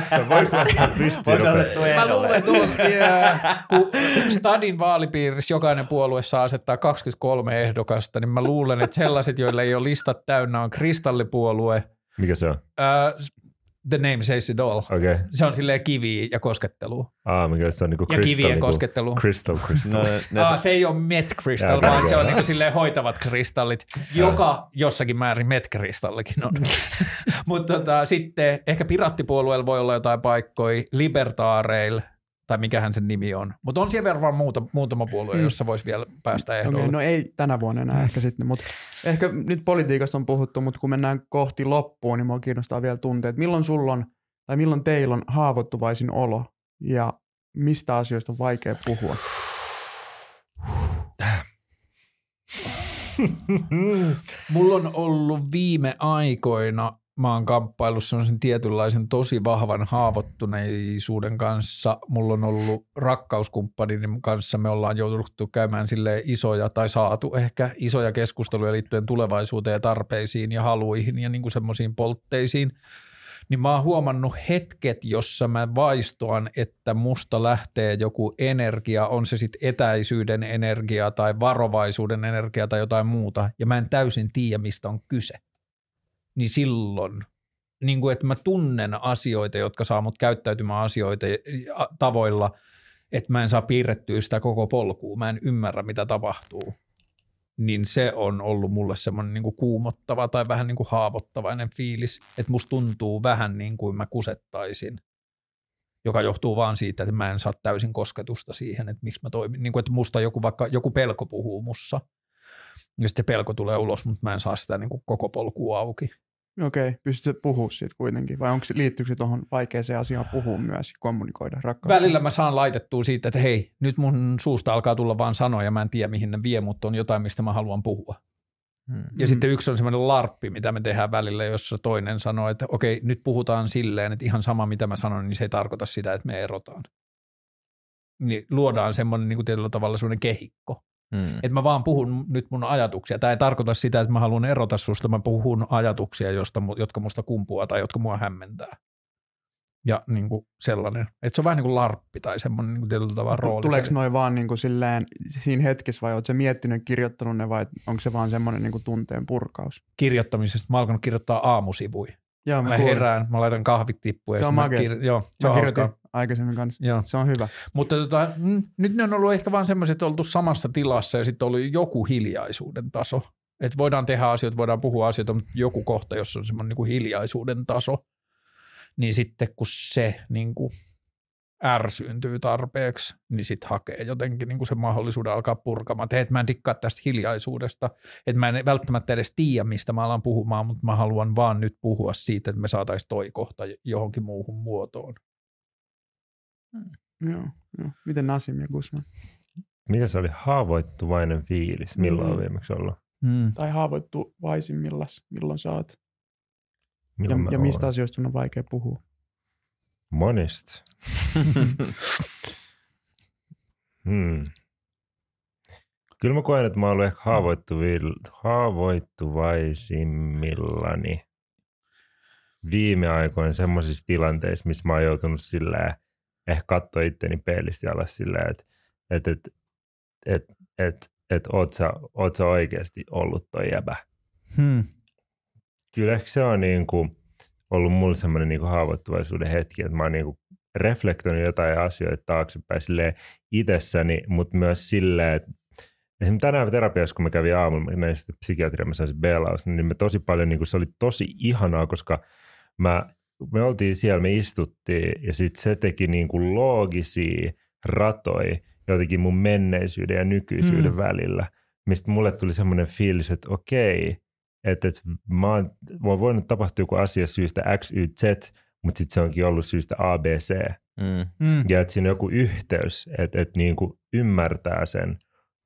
Mä luulen, että kun Stadin vaalipiirissä jokainen puolue saa asettaa 23 ehdokasta, niin mä luulen, että sellaiset, joilla ei ole listat täynnä, on kristallipuolue. Mikä se on? The name says it all. Okay. Se on silleen kiviä ja koskettelua. Mikä se on niinku ja kiviä ja koskettelua. Crystal. Se ei ole Met Crystal, vaan se on niinku silleen hoitavat kristallit, joka jossakin määrin Met Crystallikin on. Mutta sitten ehkä Piraattipuolueella voi olla jotain paikkoja, Libertaareilla, tai mikähän sen nimi on. Mutta on siellä varmaan muutama puolue, jossa voisi vielä päästä ehdolle. Okay, no ei tänä vuonna enää ehkä sitten, mutta ehkä nyt politiikasta on puhuttu, mutta kun mennään kohti loppuun, niin minua kiinnostaa vielä tuntea, että milloin sulla on, tai milloin teillä on haavoittuvaisin olo, ja mistä asioista on vaikea puhua? Mulla on ollut viime aikoina mä oon kamppaillut sellaisen tietynlaisen tosi vahvan haavoittuneisuuden kanssa. Mulla on ollut rakkauskumppanin kanssa, me ollaan jouduttu käymään silleen isoja tai saatu ehkä isoja keskusteluja liittyen tulevaisuuteen ja tarpeisiin ja haluihin ja niin kuin semmoisiin poltteisiin. Niin mä oon huomannut hetket, jossa mä vaistoan, että musta lähtee joku energia, on se sitten etäisyyden energia tai varovaisuuden energia tai jotain muuta, ja mä en täysin tiedä, mistä on kyse. Niin silloin, niin kuin, että mä tunnen asioita, jotka saa mut käyttäytymään asioita tavoilla, että mä en saa piirrettyä sitä koko polkua, mä en ymmärrä, mitä tapahtuu. Niin se on ollut mulle semmoinen niin kuin kuumottava tai vähän niin kuin haavoittavainen fiilis, että musta tuntuu vähän niin kuin mä kusettaisin, joka johtuu vaan siitä, että mä en saa täysin kosketusta siihen, että miksi mä toimin. Niin kuin, että musta vaikka joku pelko puhuu mussa, ja sitten pelko tulee ulos, mutta mä en saa sitä niin kuin koko polkua auki. Okei, pystytkö puhua siitä kuitenkin? Vai liittyykö se tuohon vaikeaseen asiaan puhua myös, kommunikoida rakkautta? Välillä mä saan laitettua siitä, että hei, nyt mun suusta alkaa tulla vaan sanoja, mä en tiedä mihin ne vie, mutta on jotain, mistä mä haluan puhua. Ja sitten yksi on semmoinen larppi, mitä me tehdään välillä, jossa toinen sanoo, että okei, nyt puhutaan silleen, että ihan sama mitä mä sanon, niin se ei tarkoita sitä, että me erotaan. Niin luodaan semmoinen niin kuin tietyllä tavalla semmoinen kehikko. Että mä vaan puhun nyt mun ajatuksia. Tämä ei tarkoita sitä, että mä haluan erota susta, mä puhun ajatuksia, jotka musta kumpuaa tai jotka mua hämmentää. Ja niin kuin sellainen. Että se on vähän niin kuin larppi tai semmoinen niin kuin tietyllä tavalla rooli. Tuleeko noin vaan niin kuin silleen siinä hetkessä vai ootko sä miettinyt, kirjoittanut ne vai onko se vaan semmoinen niin kuin tunteen purkaus? Kirjoittamisesta. Mä alkanut kirjoittaa aamusivuja. Joo, mä herään, mä laitan kahvit tippuun. Se on makea. Joo, se on kirjoitin aikaisemmin kanssa. Joo. Se on hyvä. Mutta nyt ne on ollut ehkä vaan semmoiset, että oltu samassa tilassa ja sitten on ollut joku hiljaisuuden taso. Että voidaan tehdä asioita, voidaan puhua asioita, mutta joku kohta, jossa on semmoinen niin kuin hiljaisuuden taso, niin sitten kun se niin kuin ärsyyntyy tarpeeksi, niin sitten hakee jotenkin niin kuin sen mahdollisuuden alkaa purkamaan. Että mä en dikkaa tästä hiljaisuudesta, että mä en välttämättä edes tiedä, mistä mä alan puhumaan, mutta mä haluan vaan nyt puhua siitä, että me saataisiin toi kohta johonkin muuhun muotoon. Joo. Miten Nasim ja Guzman? Mikä se oli haavoittuvainen fiilis? Milloin on viimeksi ollut? Tai haavoittuvaisimmillas, milloin sä oot? Ja mistä asioista sun on vaikea puhua? Monista. Kyllä mä koen, että mä oon ollut ehkä haavoittuvaisimmillani viime aikoina semmoisissa tilanteissa, missä mä oon joutunut silleen ehkä katsoa itteni peilistä alas silleen, että oot sä oikeasti ollut toi jäbä. Kyllä ehkä se on niinku ollut mulle semmoinen niinku haavoittuvaisuuden hetki, että mä oon niinku reflektoinut jotain asioita taaksepäin silleen itsessäni, mutta myös silleen, että esimerkiksi tänään terapiassa, kun mä kävin aamulla näistä psykiatriaa, mä sain B-laus, niin me tosi paljon, niinku, se oli tosi ihanaa, koska me oltiin siellä, me istuttiin ja sitten se teki niinku loogisia ratoja jotenkin mun menneisyyden ja nykyisyyden välillä, mistä mulle tuli semmoinen fiilis, että okei, että mä oon voinut tapahtua joku asia syystä X, Y, Z, mutta sitten se onkin ollut syystä A, B, C. Ja että siinä on joku yhteys, että niinku ymmärtää sen,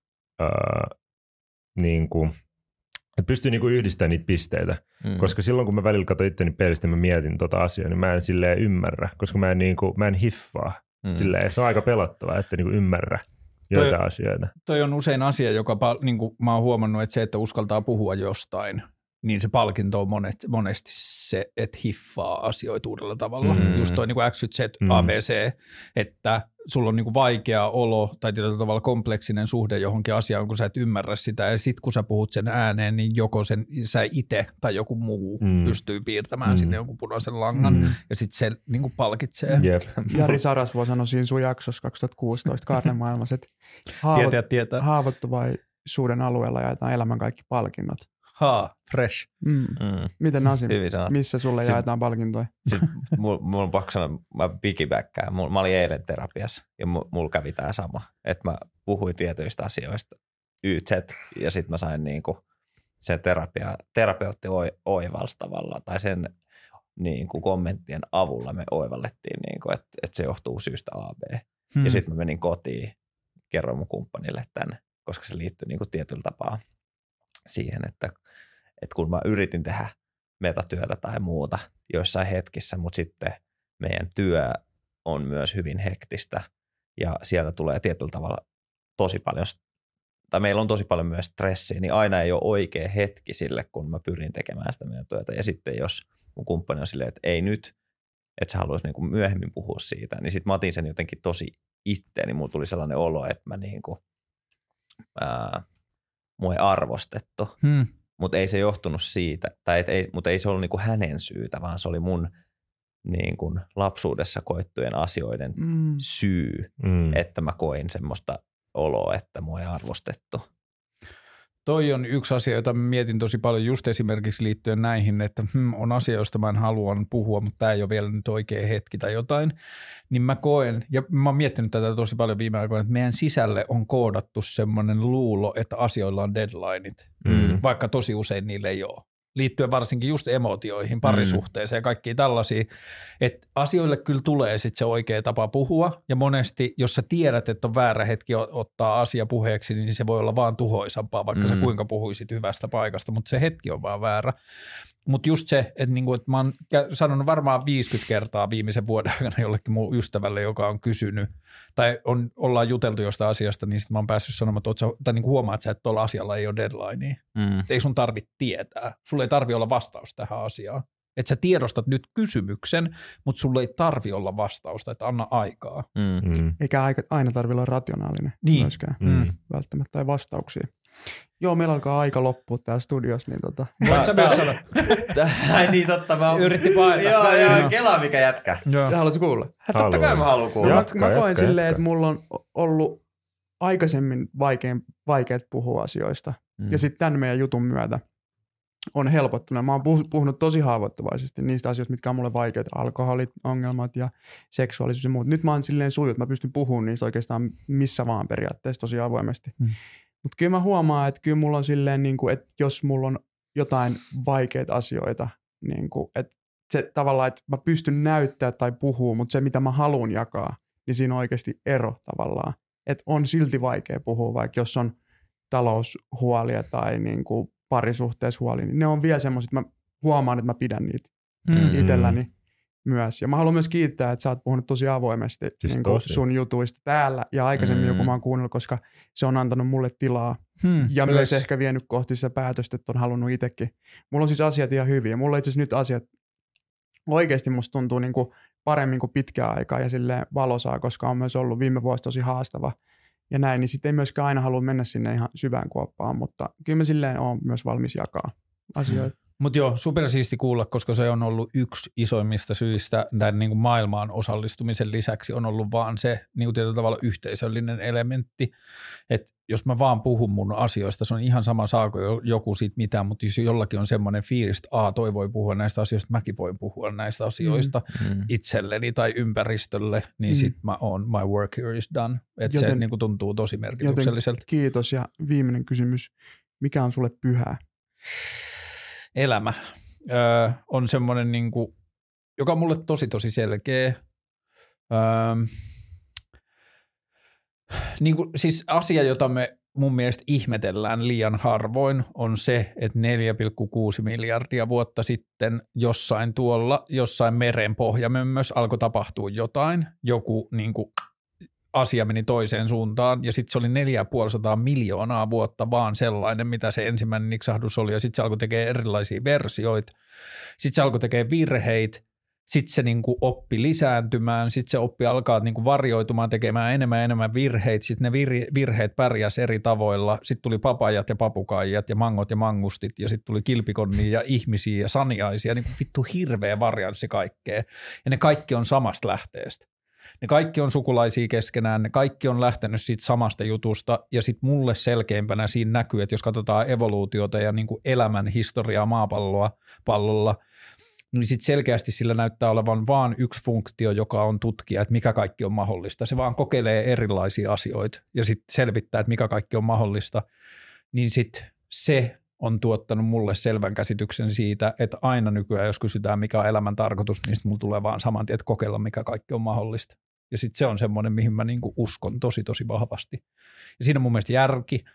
niinku, että pystyy niinku yhdistämään niitä pisteitä. Koska silloin, kun mä välillä katson itteni peilistä ja mä mietin tota asiaa, niin mä en silleen ymmärrä, koska mä en hiffaa. Silleen, se on aika pelottavaa, että niinku ymmärrä joitain asioita. Toi on usein asia, joka niin kuin mä oon huomannut, että se, että uskaltaa puhua jostain, niin se palkinto on monesti se, että hiffaa asioita uudella tavalla. Just toi niin kuin X, Y, Z, ABC, että sulla on niin kuin vaikea olo tai tietyllä tavalla kompleksinen suhde johonkin asiaan, kun sä et ymmärrä sitä. Ja sit kun sä puhut sen ääneen, niin joko sä itse tai joku muu pystyy piirtämään sinne jonkun punaisen langan ja sit se niin kuin palkitsee. Jep. Jari Sarasvuo sanoi siinä sun jaksossa 2016 Kaarnen maailmassa, että haavoittuvaisuuden alueella jaetaan elämän kaikki palkinnot. Fresh. Miten Nasim? Missä sulle jaetaan palkintoja? Mulla on pakko sanoa, mä piggybackkään. Mä olin eilen terapiassa ja mulla kävi tää sama, että mä puhuin tietyistä asioista YZ ja sit mä sain niinku sen terapeutti oivalsi tavallaan tai sen niinku kommenttien avulla me oivallettiin, niinku, että se johtuu syystä A, B. Ja sit mä menin kotiin, kerroin mun kumppanille tänne, koska se liittyy niinku tietyllä tapaa siihen, että kun mä yritin tehdä metatyötä tai muuta joissain hetkissä, mutta sitten meidän työ on myös hyvin hektistä ja sieltä tulee tietyllä tavalla tosi paljon, tai meillä on tosi paljon myös stressiä, niin aina ei ole oikea hetki sille, kun mä pyrin tekemään sitä meidän työtä. Ja sitten jos mun kumppani on silleen, että ei nyt, että sä haluaisi niin kuin myöhemmin puhua siitä, niin sitten mä otin sen jotenkin tosi itteeni. Mulla tuli sellainen olo, että mä niin kuin, mua ei arvostettu, mutta ei se johtunut siitä, mutta ei se ollut niin kuin hänen syytä, vaan se oli mun niin kuin lapsuudessa koettujen asioiden syy, että mä koin semmoista oloa, että mua ei arvostettu. Toi on yksi asia, jota mietin tosi paljon just esimerkiksi liittyen näihin, että on asia, josta mä en halua puhua, mutta tämä ei ole vielä nyt oikea hetki tai jotain. Niin mä koen, ja mä oon miettinyt tätä tosi paljon viime aikoina, että meidän sisälle on koodattu semmoinen luulo, että asioilla on deadlineit, vaikka tosi usein niillä ei ole. Liittyen varsinkin just emootioihin, parisuhteeseen ja kaikkiin tällaisiin, että asioille kyllä tulee sitten se oikea tapa puhua ja monesti, jos sä tiedät, että on väärä hetki ottaa asia puheeksi, niin se voi olla vaan tuhoisampaa, vaikka sä kuinka puhuisit hyvästä paikasta, mutta se hetki on vaan väärä. Mutta just se, että niinku, et mä oon sanonut varmaan 50 kertaa viimeisen vuoden aikana jollekin mun ystävälle, joka on kysynyt, tai ollaan juteltu jostain asiasta, niin sitten mä oon päässyt sanomaan, että niinku huomaat, että sä, että tuolla asialla ei ole deadlinea. Ei sun tarvitse tietää. Sulla ei tarvitse olla vastaus tähän asiaan. Että sä tiedostat nyt kysymyksen, mutta sulla ei tarvitse olla vastausta, että anna aikaa. Eikä aina tarvitse olla rationaalinen myöskään välttämättä tai vastauksia. Joo, meillä alkaa aika loppua täällä studiossa. Niin voit sä myös sanoa? Ai niin, totta. Mä yritti painaa. Joo, kelaa mikä jätkä. Haluatko kuulla? Totta kai mä haluan kuulla. Mä koen silleen, että mulla on ollut aikaisemmin vaikeat puhua asioista. Ja sitten tämän meidän jutun myötä on helpottunut. Mä oon puhunut tosi haavoittuvaisesti niistä asioista, mitkä on mulle vaikeita. Alkoholit, ongelmat ja seksuaalisuus ja muut. Nyt mä oon silleen suju, että mä pystyn puhumaan niistä oikeastaan missä vaan periaatteessa tosi avoimesti. Mutta kyllä mä huomaan, että kyllä mulla on silleen, niin kuin, että jos mulla on jotain vaikeita asioita, niin kuin, että se tavallaan, että mä pystyn näyttämään tai puhua, mutta se mitä mä haluan jakaa, niin siinä on oikeasti ero tavallaan. Että on silti vaikea puhua, vaikka jos on taloushuolia tai niin kuin parisuhteessa huolia, niin ne on vielä semmoiset, että mä huomaan, että mä pidän niitä itselläni myös. Ja mä haluan myös kiittää, että sä oot puhunut tosi avoimesti siis niin kuin sun jutuista täällä ja aikaisemmin joku mä oon kuunnellut, koska se on antanut mulle tilaa ja myös ehkä vienyt kohti sitä päätöstä, että on halunnut itsekin. Mulla on siis asiat ihan hyviä. Mulla itse asiassa nyt asiat oikeasti musta tuntuu niin kuin paremmin kuin pitkään aikaa ja silleen valosaa, koska on myös ollut viime vuosi tosi haastava ja näin, niin sitten ei myöskään aina halua mennä sinne ihan syvään kuoppaan, mutta kyllä mä silleen oon myös valmis jakaa asioita. Mutta joo, supersiisti kuulla, koska se on ollut yksi isoimmista syistä tämän niin kuin maailmaan osallistumisen lisäksi on ollut vaan se niin kuin tietyllä tavalla yhteisöllinen elementti, että jos mä vaan puhun mun asioista, se on ihan sama saako joku siitä mitään, mutta jos jollakin on semmoinen fiilis, että toi voi puhua näistä asioista, mäkin voin puhua näistä asioista itselleni tai ympäristölle, niin sit mä oon, my work here is done, että se niin kuin tuntuu tosi merkitykselliseltä. Kiitos ja viimeinen kysymys, mikä on sulle pyhää? Elämä on semmoinen, niin kuin, joka on mulle tosi selkeä. Niin kuin, siis asia, jota me mun mielestä ihmetellään liian harvoin, on se, että 4,6 miljardia vuotta sitten jossain meren pohjamömmössä alkoi tapahtua jotain. Joku niin kuin, asia meni toiseen suuntaan ja sitten se oli 450 miljoonaa vuotta vaan sellainen, mitä se ensimmäinen niksahdus oli ja sitten se alkoi tekemään erilaisia versioita, sitten se alkoi tekemään virheitä, sitten se niinku oppi lisääntymään, sitten se oppi alkaa niinku varjoitumaan, tekemään enemmän virheitä, sitten ne virheet pärjäsi eri tavoilla, sitten tuli papajat ja papukaijat ja mangot ja mangustit ja sitten tuli kilpikonnia ja ihmisiä ja saniaisia, niinku vittu hirveä varianssi kaikkea ja ne kaikki on samasta lähteestä. Ne kaikki on sukulaisia keskenään, ne kaikki on lähtenyt siitä samasta jutusta ja sitten mulle selkeimpänä siinä näkyy, että jos katsotaan evoluutiota ja niin kuin elämän historiaa maapallolla, niin sitten selkeästi sillä näyttää olevan vaan yksi funktio, joka on tutkia, että mikä kaikki on mahdollista. Se vaan kokeilee erilaisia asioita ja sitten selvittää, että mikä kaikki on mahdollista, niin sitten se on tuottanut mulle selvän käsityksen siitä, että aina nykyään, jos kysytään mikä on elämän tarkoitus, niin sitten mulla tulee vaan saman tien, että kokeilla mikä kaikki on mahdollista. Ja sitten se on semmoinen, mihin mä niinku uskon tosi vahvasti. Ja siinä on mun mielestä järki,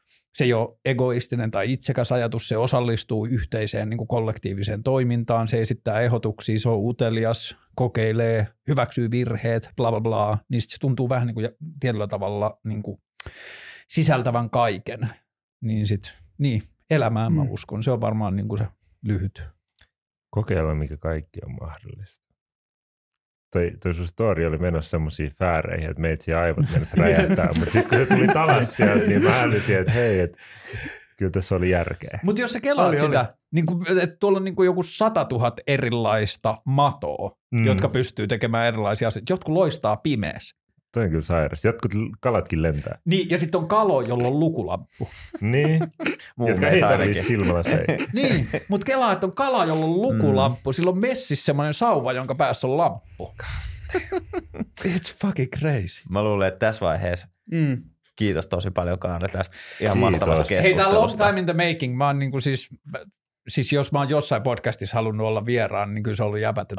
se ei ole egoistinen tai itsekäs ajatus, se osallistuu yhteiseen niin kuin kollektiiviseen toimintaan, se esittää ehdotuksia, se on utelias, kokeilee, hyväksyy virheet, bla bla bla, niin se tuntuu vähän niin kuin tietyllä tavalla niin kuin sisältävän kaiken. Niin, elämään mä uskon, se on varmaan niin kuin se lyhyt. Kokeilla, mikä kaikki on mahdollista. Toi sun story oli menossa semmosia fääreihin, että meitsi aivot mennessä räjähtää, mutta sitten kun se tuli talas sieltä, niin mä hälysin, että hei, että kyllä tässä oli järkeä. Mutta jos sä kelaat sitä, niin kuin, että tuolla on niin kuin joku 100 000 erilaista matoa, jotka pystyy tekemään erilaisia asioita, jotkut loistaa pimeässä. Toi on kyllä sairas. Jotkut kalatkin lentää. Niin, ja sitten on kalo, jolla on lukulamppu. Niin, jotka ei tarvitse silmällä se. Niin, mutta kelaa, että on kala, jolla on lukulamppu. Sillä on messissä semmoinen sauva, jonka päässä on lamppu. It's fucking crazy. Mä luulen, että tässä vaiheessa kiitos tosi paljon Kaarle tästä ihan mahtavasta keskustelusta. Hei, tää long time in the making. Mä oon niinku siis jos mä oon jossain podcastissa halunnut olla vieraan, niin kyllä se on ollut jäbät.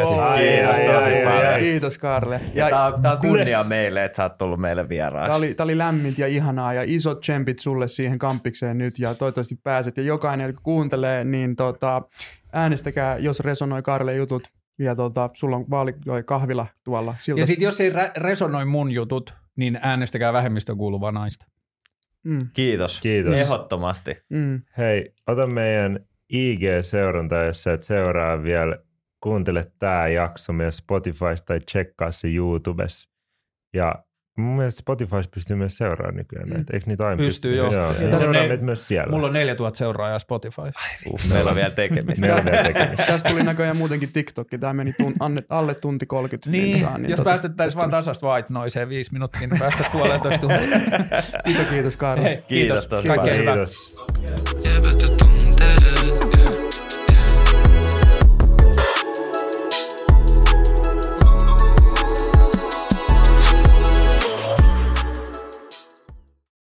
Kiitos Kaarle. Ja tää on kunnia meille, että sä oot tullut meille vieraaksi. Tää oli lämmintä ja ihanaa ja isot tsempit sulle siihen kampikseen nyt ja toivottavasti pääset. Ja jokainen, joka kuuntelee, niin äänestäkää, jos resonoi Kaarle jutut. Ja sulla on kahvila tuolla. Ja sit jos ei resonoi mun jutut, niin äänestäkää vähemmistön kuuluvaa naista. Kiitos. Ehdottomasti. Hei, ota meidän IG-seuranta, jos sä et seuraa vielä. Kuuntele tää jakso meidän Spotifysta tai tsekkaa se YouTubessa. Ja mun mielestä Spotifys pystyy myös seuraamaan nykyään. Eikö niitä aina pystyy? Joo. Niin seuraa meitä myös siellä. Mulla on 4000 seuraajaa Spotifys. Meillä on vielä tekemistä. Tästä tuli näköjään muutenkin TikTokki. Tämä meni alle tunti 30 niin, jos päästettäisiin vaan tasasta white noiseen 5 minuuttia, niin päästä 1,5 tuntia. Iso kiitos Kaarle. Kiitos. Kaikkea hyvää. Kiitos.